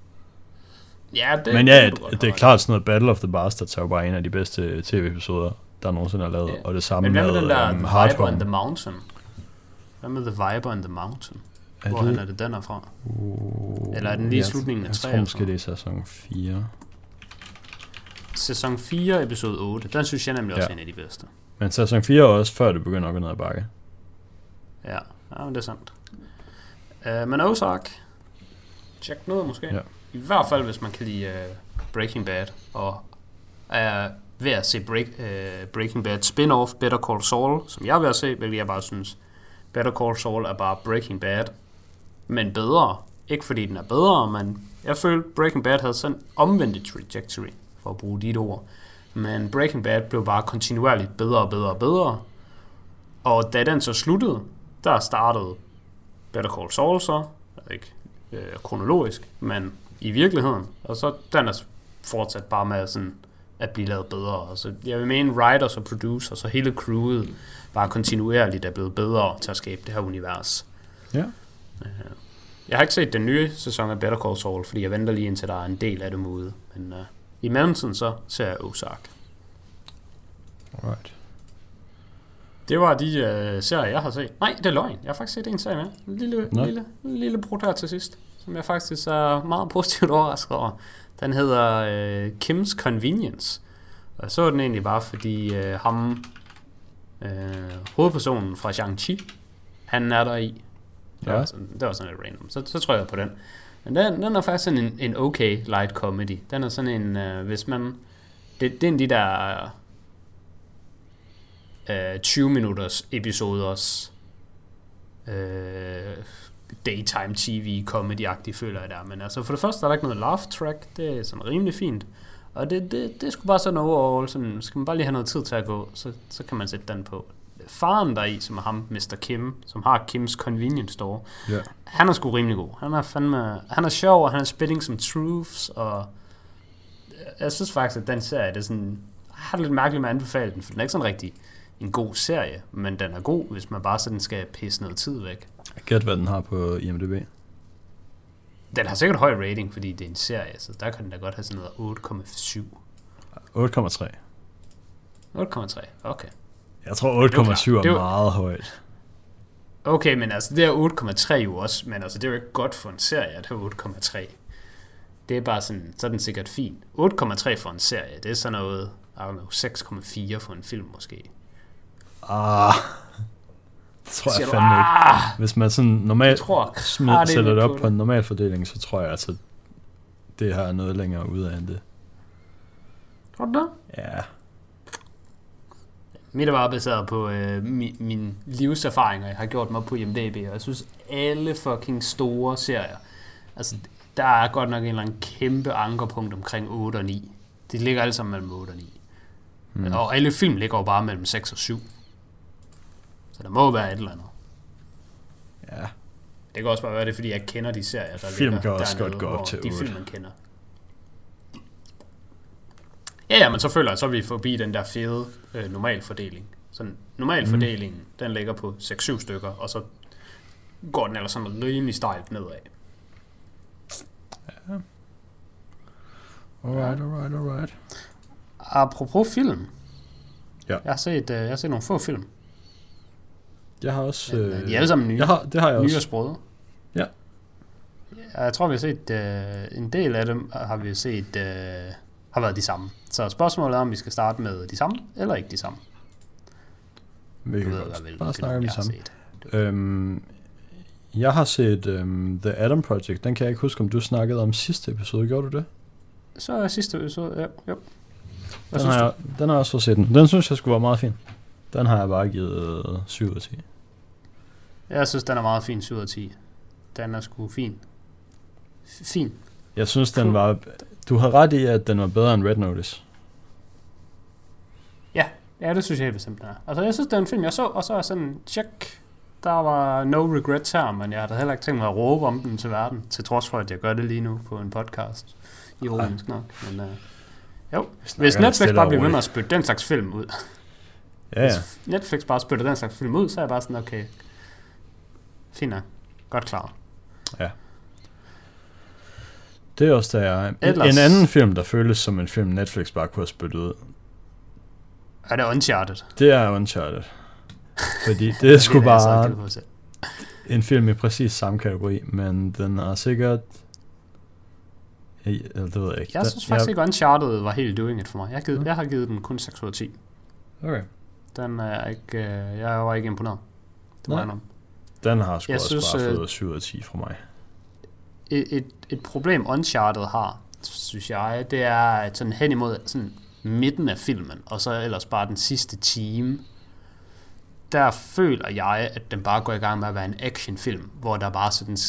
Ja, men ja, det er klart sådan noget Battle of the Bastards er jo bare en af de bedste tv-episoder, der nogensinde er lavet, og det samme med den der The Viper and the Mountain? Hvad med The Viper and the Mountain? Hvorhen er det den er fra? Eller er den lige i slutningen af 3? Jeg tror måske det er sæson 4. Sæson 4, episode 8. Den synes jeg nemlig også er en af de bedste. Men sæson 4 er også før det begynder at gå ned ad bakke. Ja, men det er sandt. Men Ozark, tjek noget måske. Ja. I hvert fald, hvis man kan lide Breaking Bad, og er ved at se Breaking Bad spin-off Better Call Saul, som jeg er ved at se, hvilket jeg bare synes, Better Call Saul er bare Breaking Bad, men bedre. Ikke fordi den er bedre, men jeg følte Breaking Bad havde sådan en omvendt trajectory, for at bruge dit ord. Men Breaking Bad blev bare kontinuerligt bedre og bedre og bedre. Og da den så sluttede, der startede Better Call Saul så, ikke kronologisk, men i virkeligheden. Og så den er fortsat bare med sådan at blive lavet bedre. Og så jeg vil mene writers og producers og hele crewet bare kontinuerligt er blevet bedre til at skabe det her univers. Ja. Jeg har ikke set den nye sæson af Better Call Saul, fordi jeg venter lige indtil der er en del af dem ude. Men i mellemtiden så ser jeg Ozark. Alright. Det var de serier, jeg har set. Nej, det er løgn. Jeg har faktisk set en serie med. En lille brud her til sidst, som jeg faktisk er meget positivt overrasket over. Den hedder Kim's Convenience. Og så er den egentlig bare, fordi hovedpersonen fra Shang-Chi, han er der i. Det var sådan lidt random. Så tror jeg på den. Men den er faktisk sådan en okay light comedy. Den er sådan en, hvis man... Det er en de der 20 minutters episoders daytime tv comedy-agtig, føler jeg der. Men altså for det første er der ikke noget laugh track. Det er sådan rimelig fint. Og det er sgu bare sådan overall. Sådan, skal man bare lige have noget tid til at gå, så kan man sætte den på. Faren der i, som er ham, Mr. Kim, som har Kim's Convenience Store, han er sgu rimelig god. Han er sjov, og han er spitting some truths, og jeg synes faktisk, at den serie, det er sådan, har det lidt mærkeligt med at anbefale den, for den er ikke sådan rigtig en god serie, men den er god, hvis man bare sådan skal pisse noget tid væk. Gæt, hvad den har på IMDb. Den har sikkert høj rating, fordi det er en serie, så der kan den da godt have sådan noget 8,7. 8,3. 8,3, okay. Jeg tror 8,7 er meget højt. Okay, men altså det er 8,3 jo også, men altså det er jo ikke godt for en serie, at have 8,3. Det er bare sådan, så er den sikkert fin. 8,3 for en serie, det er sådan noget, 6,4 for en film måske. Det tror jeg fandme ikke. Hvis man sådan normalt sætter det op på en normal fordeling, så tror jeg altså, det her er noget længere ude af end det. Tror du det? Ja. Mit er bare baseret på mine livserfaringer, jeg har gjort mig på IMDb, og jeg synes, alle fucking store serier, altså, der er godt nok en eller anden kæmpe ankerpunkt omkring 8 og 9. De ligger alle sammen mellem 8 og 9. Og alle film ligger jo bare mellem 6 og 7. Så der må være et eller andet. Ja. Det kan også bare være det, fordi jeg kender de serier, der film ligger kan også godt gå op til 8. De film, man kender. Ja, men så føler jeg, så er vi forbi den der fede normalfordeling. Sådan normalfordelingen, den ligger på 6-7 stykker, og så går den ellers sådan rimelig stejlt nedad. Ja. Alright. Apropos film. Ja. Jeg har set nogle få film. Jeg har også... de er alle sammen nye. Det har jeg nye også. og sprøde. Ja. Jeg tror, vi har set en del af dem, har vi set har været de samme. Så spørgsmålet er, om vi skal starte med de samme, eller ikke de samme. Vi kan bare snakke om de samme. Jeg har set The Adam Project. Den kan jeg ikke huske, om du snakkede om sidste episode. Gjorde du det? Så sidste episode, ja. Jo. Den har jeg også fået set den. Den synes jeg skulle være meget fin. Den har jeg bare givet 7 af 10. Jeg synes, den er meget fin, 7 af 10. Den er sgu fin. Fin. Jeg synes, den var... Du har ret i, at den var bedre end Red Notice. Ja, det synes jeg helt bestemt, den er. Altså, jeg synes, det er en film, jeg så, og så er sådan, check. Der var no regrets her, men jeg har da heller ikke tænkt mig at råbe om den til verden, til trods for, at jeg gør det lige nu på en podcast. Ironisk nok. Men jo, hvis Netflix bare bliver ved med at spytte den slags film ud. Ja. Hvis Netflix bare spytter den slags film ud, så er jeg bare sådan, okay, fint nok. Godt klar. Ja. Det er også der en anden film, der føles som en film, Netflix bare kunne have spyttet ud. Er det Uncharted? Det er Uncharted. Fordi det er sgu bare en film i præcis samme kategori, men den er sikkert... Det ved jeg ikke. Jeg synes faktisk ikke, Uncharted var helt doing it for mig. Jeg har givet den kun 6 ud af 10. Okay. Den er ikke... jeg var ikke imponeret. Det var enormt. Den har sgu også bare fået 7 ud af 10 fra mig. Et problem Uncharted har, synes jeg, det er at sådan hen imod sådan midten af filmen, og så ellers bare den sidste time, der føler jeg, at den bare går i gang med at være en actionfilm, hvor der bare sådan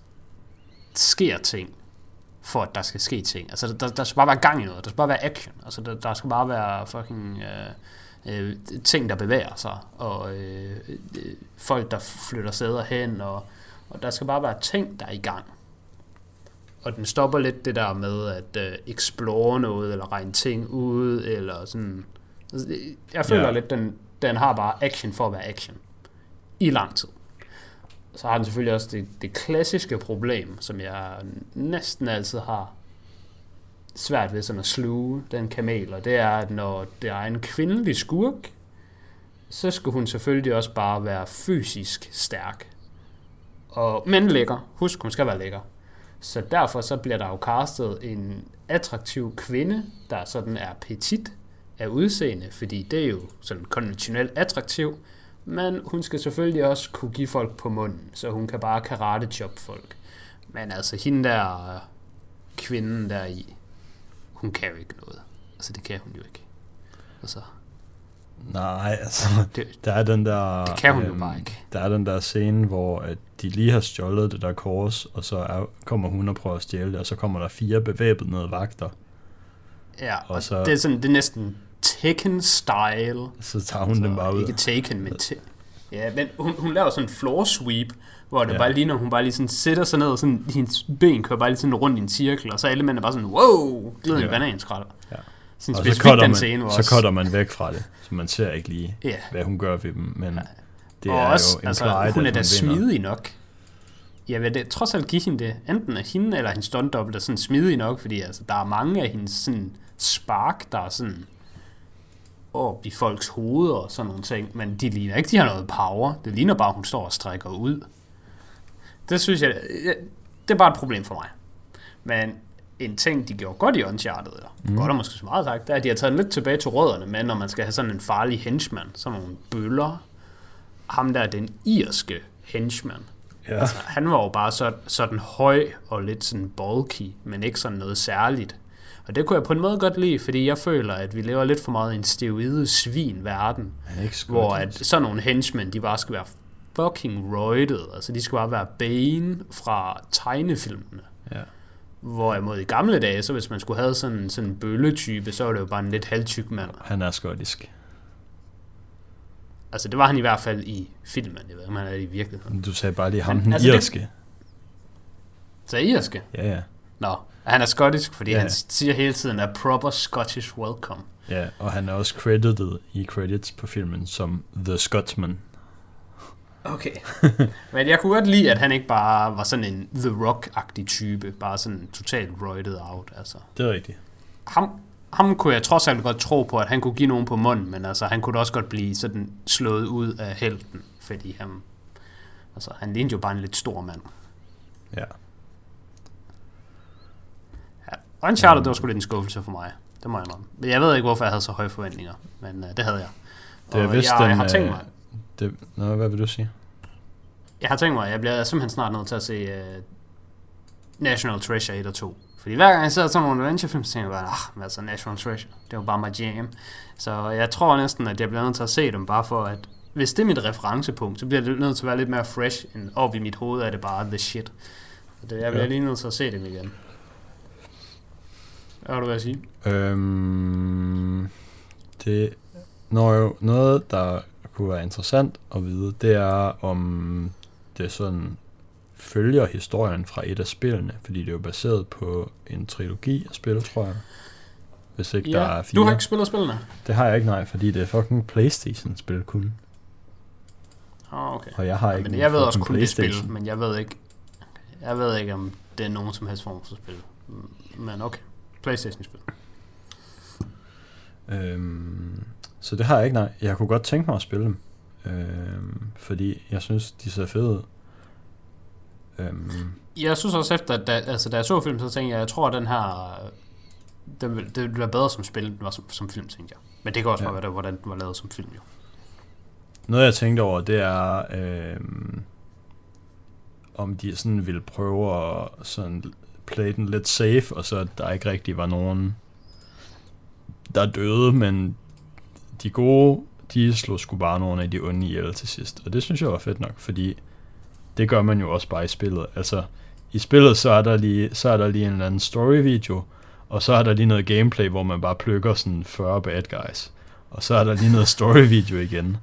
sker ting, for at der skal ske ting. Altså, der skal bare være gang i noget. Der skal bare være action. Altså, der skal bare være fucking ting, der bevæger sig, og folk, der flytter steder hen, og der skal bare være ting, der er i gang. Og den stopper lidt det der med at explore noget, eller regne ting ud, eller sådan. Altså, jeg føler lidt, den har bare action for at være action. I lang tid. Så har den selvfølgelig også det klassiske problem, som jeg næsten altid har svært ved sådan at sluge den kamel, og det er, at når der er en kvindelig skurk, så skal hun selvfølgelig også bare være fysisk stærk. Men lækker. Husk, hun skal være lækker. Så derfor så bliver der jo castet en attraktiv kvinde, der sådan er petit af udseende, fordi det er jo sådan konventionelt attraktiv, men hun skal selvfølgelig også kunne give folk på munden, så hun kan bare karate-chop folk. Men altså hende der kvinden der i, hun kan jo ikke noget. Altså det kan hun jo ikke. Altså, nej, altså der er den der... Det kan hun jo bare ikke. Der er den der scene, hvor at de lige har stjålet det der kors, og så kommer hun og prøver at stjæle det, og så kommer der 4 bevæbnede vagter. Ja, og så, det er næsten Taken-style. Så tager hun dem bare ud. Ikke Taken, men ja, men hun laver sådan en floor sweep, hvor det bare ligner, hun bare lige sådan sætter sig ned, og sådan, hendes ben kører bare lige sådan rundt i en cirkel, og så alle mænd er bare sådan, wow, glider en bananskralder. Ja. Sådan og så cutter man væk fra det, så man ser ikke lige, hvad hun gør ved dem, men det og er også, jo en altså, pride, hun er da smidig nok. Jeg vil det trods alt give hende det, enten af hende eller hendes stuntdobbelt er sådan smidig nok, fordi altså, der er mange af hendes sådan spark, der er sådan op i folks hoveder og sådan nogle ting, men de ligner ikke, de har noget power. Det ligner bare, hun står og strækker ud. Det synes jeg, det er bare et problem for mig. Men en ting, de gjorde godt i Uncharted, eller godt er måske så meget sagt, det er, at de har taget lidt tilbage til rødderne, men når man skal have sådan en farlig henchman, sådan nogle bøller, ham der er den irske henchman. Ja. Altså, han var jo bare sådan høj og lidt sådan bulky, men ikke sådan noget særligt. Og det kunne jeg på en måde godt lide, fordi jeg føler, at vi lever lidt for meget i en steroide svin-verden, hvor at sådan nogle henchmen, de bare skal være fucking roided. Altså, de skal bare være Bane fra tegnefilmene. Ja. Hvorimod i gamle dage, så hvis man skulle have sådan en bølletype, så var det jo bare en lidt halvtyk mand. Han er skottisk. Altså, det var han i hvert fald i filmen. Jeg ved ikke, om han er det i virkeligheden. Du sagde bare lige ham, den altså irske. Så irske? Ja, ja. Nå, han er skottisk, fordi han siger hele tiden, a proper Scottish welcome. Ja, og han er også credited i credits på filmen som The Scotsman. Okay. Men jeg kunne godt lide, at han ikke bare var sådan en The Rock-agtig type, bare sådan totalt roided out. Altså. Det er rigtigt. Ham kunne jeg trods alt godt tro på, at han kunne give nogen på munden, men altså, han kunne da også godt blive sådan slået ud af helten, fordi han lignede jo bare en lidt stor mand. Ja. Uncharted, det var sgu lidt en skuffelse for mig. Det må jeg indrømme. Jeg ved ikke, hvorfor jeg havde så høje forventninger, men det havde jeg. Det er vist jeg har tænkt mig... hvad vil du sige? Jeg har tænkt mig, at jeg bliver simpelthen snart nødt til at se National Treasure 1 og 2. Fordi hver gang jeg ser sådan nogle adventurefilm, så tænker jeg bare, altså National Treasure, det var bare my jam. Så jeg tror næsten, at jeg bliver nødt til at se dem, bare for at, hvis det er mit referencepunkt, så bliver det nødt til at være lidt mere fresh, end op i mit hoved er det bare the shit. Så jeg bliver lige nødt til at se dem igen. Hvad har du at sige? Noget, der kunne være interessant at vide, det er, om det sådan følger historien fra et af spillene, fordi det er jo baseret på en trilogi af spil, tror jeg. Hvis ikke der er 4. Du har ikke spillet spillene? Det har jeg ikke, nej, fordi det er fucking PlayStation-spil kun. Okay. Og jeg har ikke men jeg ved også kun det spil, men jeg ved ikke, om det er nogen som helst form for spil. Men okay, PlayStation-spil. Så det har jeg ikke, nej. Jeg kunne godt tænke mig at spille dem, fordi jeg synes, de ser fede ud. Jeg synes også efter, da jeg så film, så tænkte jeg tror, at den her, det ville være bedre som spil, end som film, tænkte jeg. Men det kan også bare være, hvordan den var lavet som film, jo. Noget, jeg tænkte over, det er, om de sådan ville prøve at sådan play den lidt safe, og så der ikke rigtig var nogen, der døde, men de gode, de slog sgu bare nogle af de onde ihjel til sidst. Og det synes jeg var fedt nok, fordi det gør man jo også bare i spillet. Altså, i spillet, så er der lige en eller anden story-video, og så er der lige noget gameplay, hvor man bare plukker sådan 40 bad guys. Og så er der lige noget story-video igen.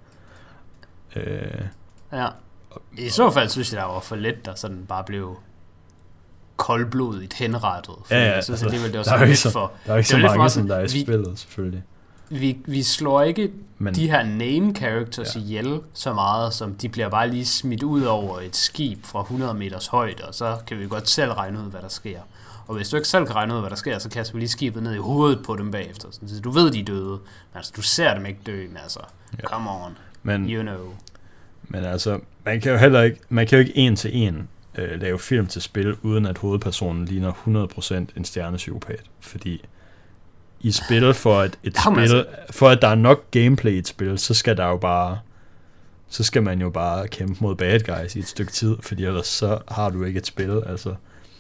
Ja. I så fald synes jeg, der var for lidt, der sådan bare blev koldblodigt henrettet. Jeg synes alligevel, det var sådan lidt for... Der er ikke så mange, som der er i spillet, selvfølgelig. Vi slår ikke de her name characters ihjel så meget, som de bliver bare lige smidt ud over et skib fra 100 meters højde, og så kan vi godt selv regne ud, hvad der sker. Og hvis du ikke selv kan regne ud, hvad der sker, så kaster vi lige skibet ned i hovedet på dem bagefter. Så du ved, de er døde, men altså, du ser dem ikke dø, men altså, come on, you know. Men altså, man kan jo ikke en til en lave film til spil, uden at hovedpersonen ligner 100% en stjernepsykopat, fordi i spil, for at der er nok gameplay i et spil, så skal man jo bare kæmpe mod bad guys i et stykke tid, fordi ellers så har du ikke et spil, altså.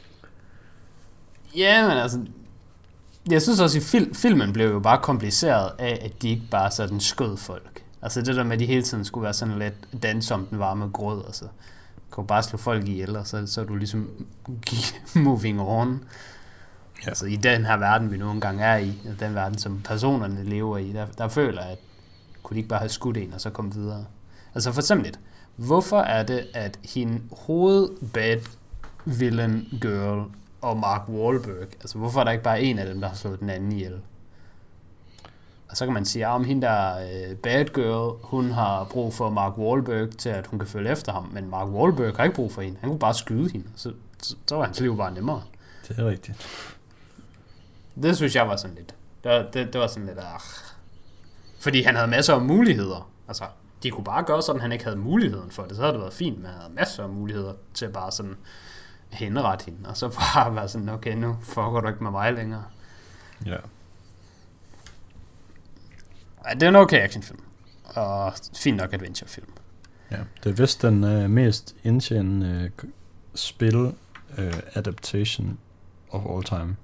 Ja, men altså, jeg synes også, at filmen blev jo bare kompliceret af, at de ikke bare sådan skød folk. Altså det der med, at de hele tiden skulle være sådan lidt dans om den varme grød, altså. Du kan bare slå folk ihjel, og så er du ligesom moving on. Ja. Altså i den her verden, vi nu engang er i, den verden, som personerne lever i, der føler jeg, at kunne de ikke bare have skudt en, og så komme videre. Altså for eksempel lidt, hvorfor er det, at hende bad villain girl og Mark Wahlberg, altså hvorfor er der ikke bare en af dem, der har slået den anden ihjel? Og så kan man sige, om hende der bad girl, hun har brug for Mark Wahlberg til, at hun kan følge efter ham, men Mark Wahlberg har ikke brug for hende. Han kunne bare skyde hende, så var hans liv bare nemmere. Det er rigtigt. Det synes jeg var sådan lidt. Det var sådan lidt, fordi han havde masser af muligheder. Altså, de kunne bare gøre sådan, han ikke havde muligheden for det. Så havde det været fint, men han havde masser af muligheder til bare sådan henrette hende. Og så bare være sådan, okay, nu foregår du ikke med mig længere. Ja. Det er en okay actionfilm. Og fint nok adventurefilm. Ja, det er vist den mest indtjenende spil adaptation of all time.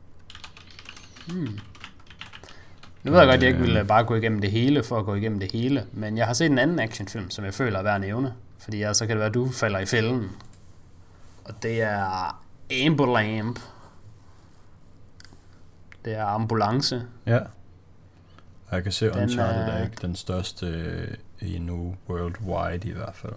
Nu ved jeg godt, at jeg ikke ville bare gå igennem det hele for at gå igennem det hele, men jeg har set en anden actionfilm, som jeg føler er værd at nævne, fordi så kan det være, at du falder i fælden. Og det er Ambulamp. Det er ambulance. Ja. Jeg kan se, Uncharted er ikke den største endnu worldwide i hvert fald.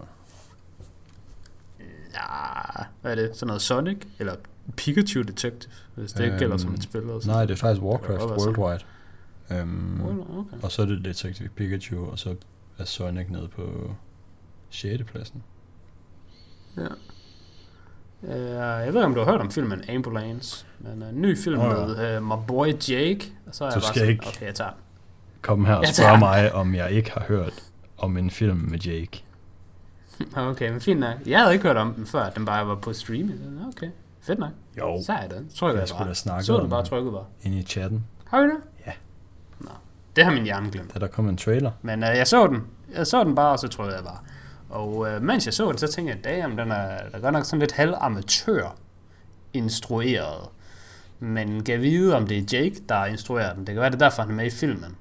Ja, hvad er det? Sådan noget Sonic? Eller Pikachu Detective, hvis det ikke gælder som et spil? Nej, det er faktisk Warcraft Worldwide. Okay. Og så er det Detective Pikachu, og så er Sonic nede på 6. pladsen. Ja. Jeg ved ikke, om du har hørt om filmen Ambulance, men en ny film med My Boy Jake. Og så er jeg bare sådan, okay, jeg tager den. Kom her og spørg mig, om jeg ikke har hørt om en film med Jake. Okay, men fint nok. Jeg havde ikke hørt om den før, at den bare var på streaming. Okay. Fedt nok. Jo. Så er det. Tror jeg skulle da snakke så du bare trykket bare. Ind i chatten. Har vi det? Ja. Nå. Det har min hjerne glemt. Da der kom en trailer. Men jeg så den. Jeg så den bare, og så troede jeg bare. Og mens jeg så den, så tænkte jeg, damn, den er godt nok sådan lidt halvamatør instrueret. Men kan vide, om det er Jake, der instruerer den. Det kan være, det derfor, han er med i filmen.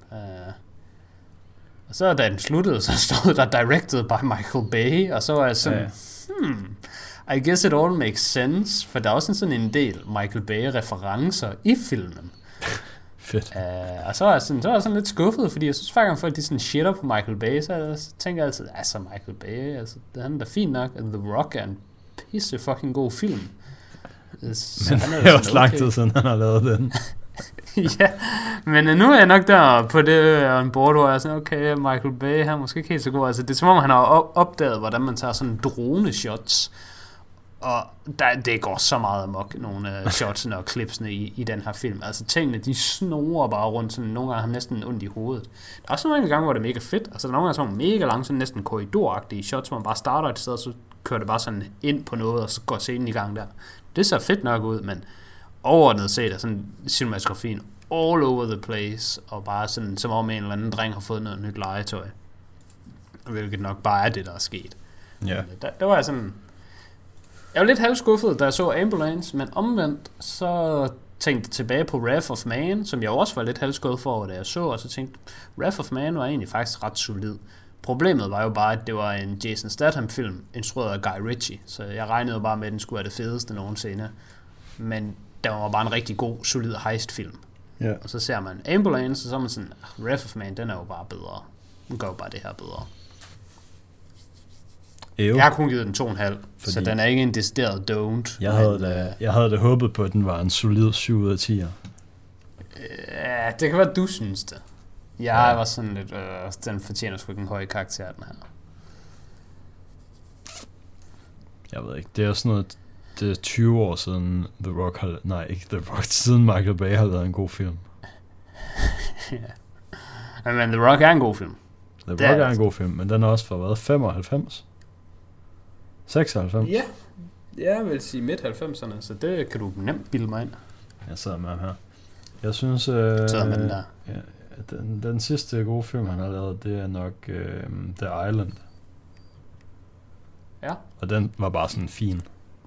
Og så da den sluttede, så stod der directed by Michael Bay, og så var jeg sådan, I guess it all makes sense, for der er også sådan en del Michael Bay-referencer i filmen. Fedt. Og så er jeg sådan lidt skuffet, fordi jeg synes, hver gang folk de sådan shitter på Michael Bay, så tænker jeg altid, altså Michael Bay, altså, han er da fint nok, at The Rock er en pisse fucking god film. Så men det er også lang tid siden, han har lavet den. Ja, men nu er jeg nok der på det on board, hvor jeg er sådan, okay, Michael Bay, han er måske ikke helt så god. Altså, det er som om, han har opdaget, hvordan man tager sådan drone-shots, og det går så meget amok, nogle af shotsene og klipsene i den her film. Altså, tingene, de snorer bare rundt, sådan nogle gange har næsten ondt i hovedet. Der er også nogle gange, hvor det er mega fedt. Altså, der er nogle gange sådan mega lange, sådan næsten korridoragtige shots, hvor man bare starter et sted, og så kører det bare sådan ind på noget, og så går scenen i gang der. Det ser fedt nok ud, men overordnet set er sådan cinematografien all over the place, og bare sådan, som om en eller anden dreng har fået noget nyt legetøj. Hvilket nok bare er det, der er sket. Ja. Der var jeg sådan... Jeg var lidt halvskuffet, da jeg så Ambulance, men omvendt, så tænkte tilbage på Wrath of Man, som jeg også var lidt halvskuffet for, da jeg så, og så tænkte, Wrath of Man var egentlig faktisk ret solid. Problemet var jo bare, at det var en Jason Statham-film, instrueret af Guy Ritchie, så jeg regnede jo bare med, at den skulle være det fedeste nogensinde. Men der var bare en rigtig god, solid heist-film. Yeah. Og så ser man Ambulance, og så er man sådan, Wrath of Man, den er jo bare bedre. Den gør jo bare det her bedre. Jeg har kun givet den 2,5, så den er ikke en decideret don't. Jeg havde da håbet på, at den var en solid 7 ud af 10'er. Ja, det kan være, du synes det. Jeg var sådan lidt, den fortjener sgu ikke en høj karakter, den her. Jeg ved ikke, det er sådan noget, det er 20 år siden The Rock har, nej, ikke The Rock, siden Michael Bay har lavet en god film. Ja. Men The Rock er en god film. The Rock er en god film, men den er også fra hvad, 95? 96? Ja, jeg vil sige midt-90'erne, så det kan du nemt bilde mig ind. Jeg sidder med ham her. Jeg synes, sidder med den der. Ja, den sidste gode film, han har lavet, det er nok The Island. Ja. Og den var bare sådan fin.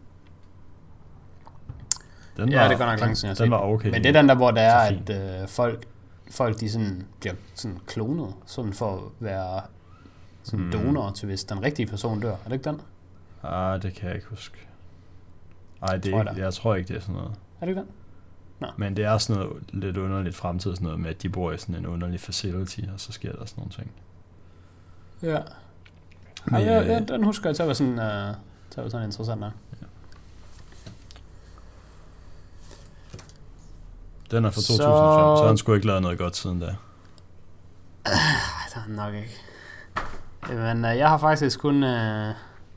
Det er godt nok langt siden, den var okay. Men det er den der, hvor der er, at folk de sådan bliver sådan klonet, sådan for at være sådan donor til, hvis den rigtige person dør. Er det ikke den? Det kan jeg ikke huske. Jeg tror ikke, det er sådan noget. Er det ikke den? No. Men det er sådan noget lidt underligt fremtid, sådan noget med, at de bor i sådan en underlig facility, og så sker der sådan nogle ting. Ja. Men, den husker jeg til at være sådan, interessant nok. Ja. Den er fra 2005, så han skulle ikke lavet noget godt siden da. Det har han nok ikke. Men jeg har faktisk kun... jeg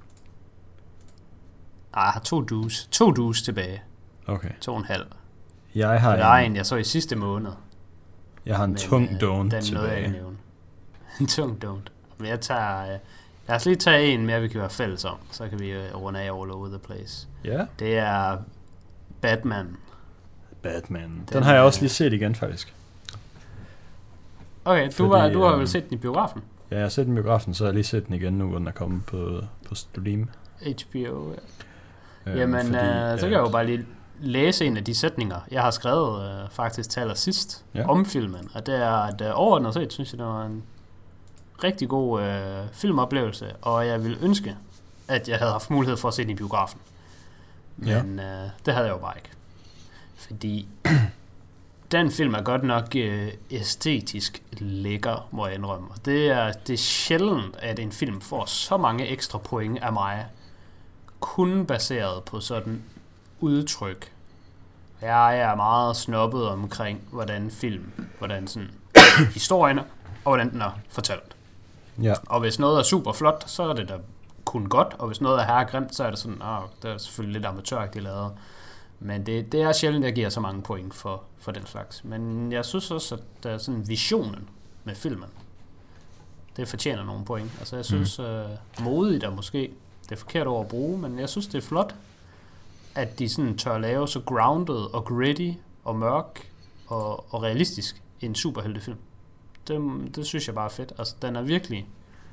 har 2 dues tilbage. Okay. 2,5. Jeg har jeg så i sidste måned. Jeg har en tung don't tilbage. En tung don't. Men jeg tager... lad os lige tage en mere, vi kan være fælles om. Så kan vi runde af all over the place. Ja. Yeah. Det er Batman. Den har jeg også lige set igen, faktisk. Okay, du har vel set den i biografen? Ja, jeg har set den i biografen, så har jeg lige set den igen nu, hvor den er kommet på stream. HBO, ja. Jamen, så kan jeg jo bare lige læse en af de sætninger, jeg har skrevet faktisk til allersidst om filmen. Og det er, at overordnet set, synes jeg, det var en rigtig god filmoplevelse, og jeg ville ønske, at jeg havde haft mulighed for at se den i biografen. Men det havde jeg jo bare ikke. Fordi den film er godt nok æstetisk lækker, må jeg indrømme. Det er sjældent, at en film får så mange ekstra point af mig, kun baseret på sådan udtryk. Jeg er meget snobbet omkring, hvordan sådan historien og hvordan den er fortalt. Ja. Og hvis noget er super flot, så er det da kun godt, og hvis noget er herregrimt, så er det sådan, det er selvfølgelig lidt amatøragtigt lavet. Men det er sjældent, jeg giver så mange point for den slags. Men jeg synes også, at der er sådan visionen med filmen. Det fortjener nogle point. Altså jeg synes, modigt er måske det forkerte ord at bruge, men jeg synes, det er flot. at de sådan tør lave så grounded og gritty og mørk og realistisk en superheltefilm. Det synes jeg bare er fedt. Altså, den er virkelig...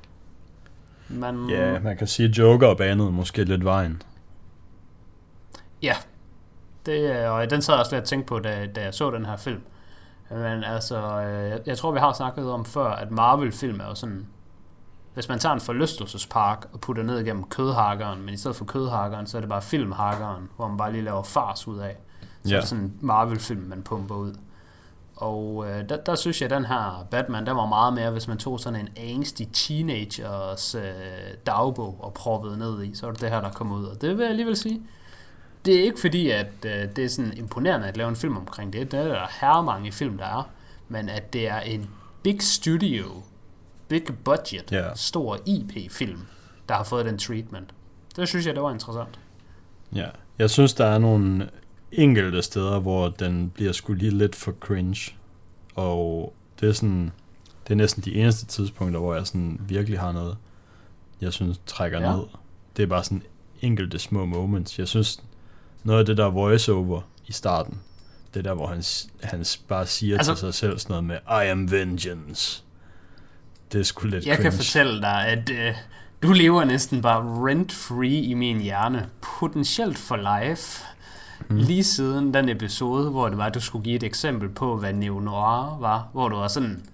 man kan sige, Joker og banet måske lidt vejen. Ja, og den sad jeg også lidt og tænkte på, da jeg så den her film. Men altså, jeg tror, vi har snakket om før, at Marvel-film er jo sådan... Hvis man tager en forlystelsespark og putter ned igennem kødhakkeren, men i stedet for kødhakkeren, så er det bare filmhakkeren, hvor man bare lige laver fars ud af. Så er det sådan en Marvel-film, man pumper ud. Og der synes jeg, at den her Batman, der var meget mere, hvis man tog sådan en angstig teenagers dagbog og proppede ned i, så var det her, der kom ud. Og det vil jeg alligevel sige. Det er ikke fordi, at det er sådan imponerende at lave en film omkring det. Det er der herremange film, der er. Men at det er en big studio, big budget, stor IP-film, der har fået den treatment. Det synes jeg, det var interessant. Ja, jeg synes, der er nogle enkelte steder, hvor den bliver sgu lige lidt for cringe. Og det er næsten de eneste tidspunkter, hvor jeg sådan virkelig har noget, jeg synes trækker ned. Det er bare sådan enkelte små moments. Jeg synes, noget af det der voiceover i starten, det der, hvor han bare siger til sig selv sådan noget med, I am vengeance. Det er sgu lidt jeg cringe. Kan fortælle dig, at du lever næsten bare rent-free i min hjerne. Potentielt for life. Lige siden den episode, hvor det var, at du skulle give et eksempel på, hvad neo-noir var, hvor du var sådan...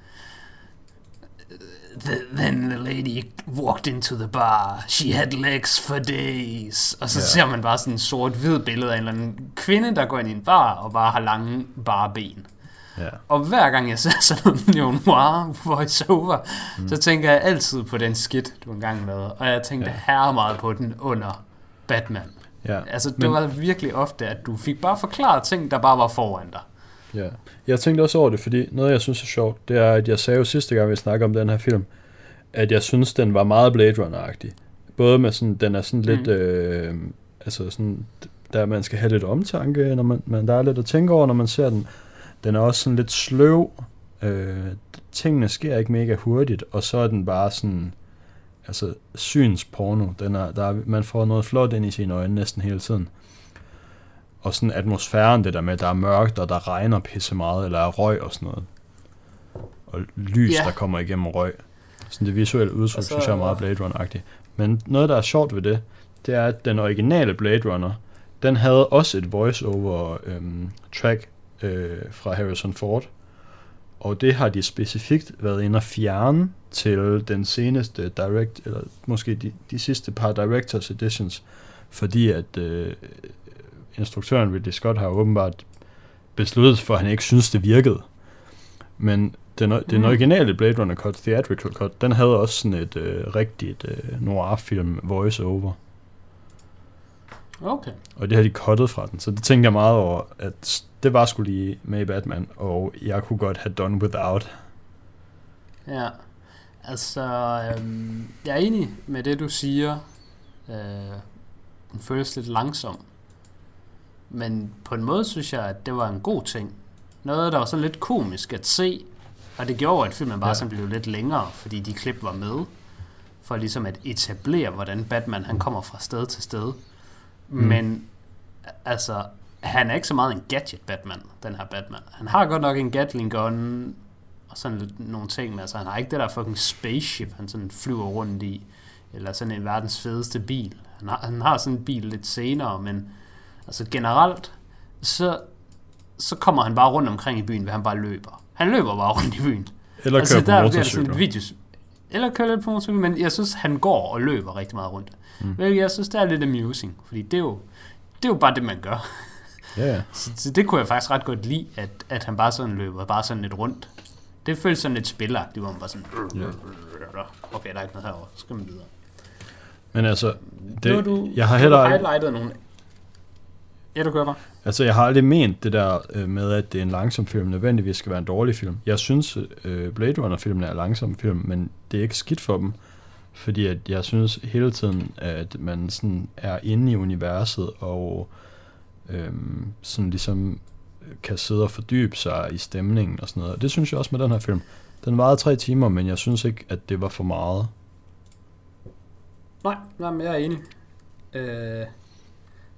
Then the lady walked into the bar. She had legs for days. Og så ser man bare sådan en sort-hvid billede af en eller anden kvinde, der går ind i en bar og bare har lange bare ben. Og hver gang jeg ser sådan noget neo-noir voice-over, så tænker jeg altid på den skit, du engang lavede. Og jeg tænkte her meget på den under Batman. Altså, det var virkelig ofte, at du fik bare forklaret ting, der bare var foran dig. Ja, jeg tænkte også over det, fordi noget, jeg synes er sjovt, det er, at jeg sagde jo sidste gang, vi snakkede om den her film, at jeg synes, den var meget Blade Runner-agtig. Både med sådan, den er sådan lidt, altså sådan, der man skal have lidt omtanke, når man der er lidt at tænke over, når man ser den. Den er også sådan lidt sløv. Tingene sker ikke mega hurtigt, og så er den bare sådan, altså synsporno. Man får noget flot ind i sine øjne næsten hele tiden. Og sådan atmosfæren, det der med, der er mørkt, og der regner pisse meget, eller er røg og sådan noget. Og lys, der kommer igennem røg. Sådan det visuelle udtryk, synes jeg er meget Blade Runner-agtigt. Men noget, der er sjovt ved det, det er, at den originale Blade Runner, den havde også et voice-over track fra Harrison Ford. Og det har de specifikt været inde at fjerne til den seneste eller måske de sidste par Directors Editions, fordi at instruktøren Ridley Scott har åbenbart besluttet, for at han ikke synes, det virkede. Men den originale Blade Runner cut, theatrical cut, den havde også sådan et rigtigt noir-film voice-over. Okay. Og det har de cuttet fra den, så det tænkte jeg meget over, at det var sgu lige med i Batman, og jeg kunne godt have done without. Ja, altså, jeg er enig med det, du siger. Den føles lidt langsom. Men på en måde synes jeg, at det var en god ting. Noget, der var sådan lidt komisk at se, og det gjorde, at filmen bare sådan blev lidt længere, fordi de klip var med, for ligesom at etablere, hvordan Batman han kommer fra sted til sted. Men altså, han er ikke så meget en gadget Batman, den her Batman. Han har godt nok en Gatling gun og sådan lidt nogle ting, men altså, han har ikke det der fucking spaceship, han sådan flyver rundt i, eller sådan en verdens fedeste bil. Han har sådan en bil lidt senere, men altså generelt, så kommer han bare rundt omkring i byen, hvor han bare løber. Han løber bare rundt i byen. Eller kører på motorcykel. Eller kører lidt på motorcykel, men jeg synes, han går og løber rigtig meget rundt. Hvilket jeg synes, det er lidt amusing, fordi det er jo bare det, man gør. Yeah. Så det kunne jeg faktisk ret godt lide, at han bare sådan løber, bare sådan lidt rundt. Det føles sådan lidt spilagtigt, hvor man bare sådan... Okay, der er ikke noget herovre, så skal man videre. Men altså... jeg har heller highlightet nogle... Ja, du gør bare. Altså, jeg har aldrig ment det der med, at det er en langsom film, nødvendigvis skal være en dårlig film. Jeg synes, Blade Runner-filmen er en langsom film, men det er ikke skidt for dem. Fordi at jeg synes hele tiden, at man sådan er inde i universet, og sådan ligesom kan sidde og fordybe sig i stemningen og sådan noget. Og det synes jeg også med den her film. Den varede 3 timer, men jeg synes ikke, at det var for meget. Nej, men jeg er enig.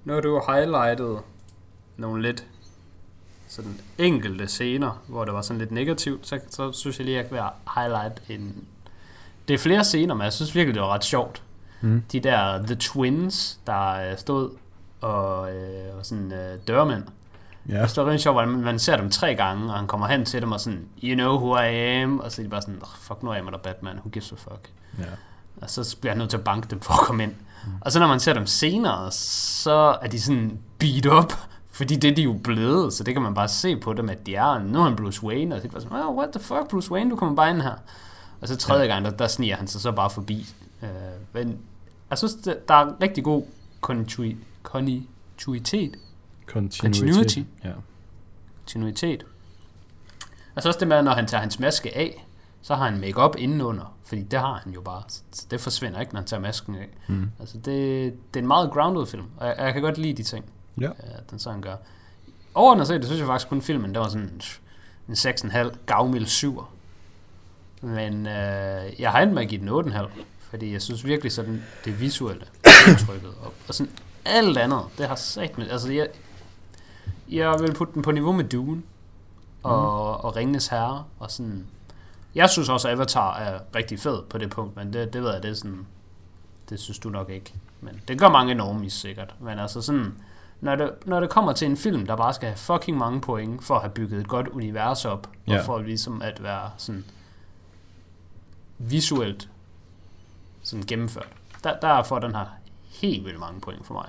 Nu har du highlightet nogle lidt sådan enkelte scener, hvor det var sådan lidt negativt, så synes jeg lige, at jeg kan highlight en... Det er flere scener, men jeg synes virkelig, det var ret sjovt. De der The Twins, der stod og sådan dørmænd. Yeah. Det er rigtig sjovt, hvordan man ser dem 3 gange, og han kommer hen til dem og sådan, you know who I am, og så er de bare sådan, fuck, nu er jeg med dig, Batman, who gives a fuck. Yeah. Og så bliver han nødt til at banke dem for at komme ind. Og så når man ser dem senere, så er de sådan beat up, fordi det er de jo blevet, så det kan man bare se på dem, at de er, nu er han Bruce Wayne, og så er de bare sådan, oh, what the fuck, Bruce Wayne, du kommer bare ind her. Og så tredje gang, der sniger han sig så bare forbi. Men jeg synes, der er rigtig god kontinuitet. Ja. Kontinuitet. Altså også det med, når han tager hans maske af, så har han make-up indenunder, fordi det har han jo bare. Så det forsvinder ikke, når han tager masken af. Altså det er en meget grounded film, og jeg kan godt lide de ting, den sådan gør. Overordnet set, det synes jeg faktisk kun filmen, der var sådan en 6,5 gavmild 7'er. Men jeg har endt med at give den 8,5, fordi jeg synes virkelig sådan det visuelle udtrykket og sådan alt andet, det har sagt med, altså jeg vil putte den på niveau med Dune og Ringenes Herre og sådan. Jeg synes også at Avatar er rigtig fed på det punkt, men det ved jeg, det er sådan, det synes du nok ikke, men det gør mange normies sikkert, men altså sådan når det kommer til en film, der bare skal have fucking mange point for at have bygget et godt univers op og for ligesom at være sådan visuelt sådan gennemført. Der får den her helt vildt mange point for mig.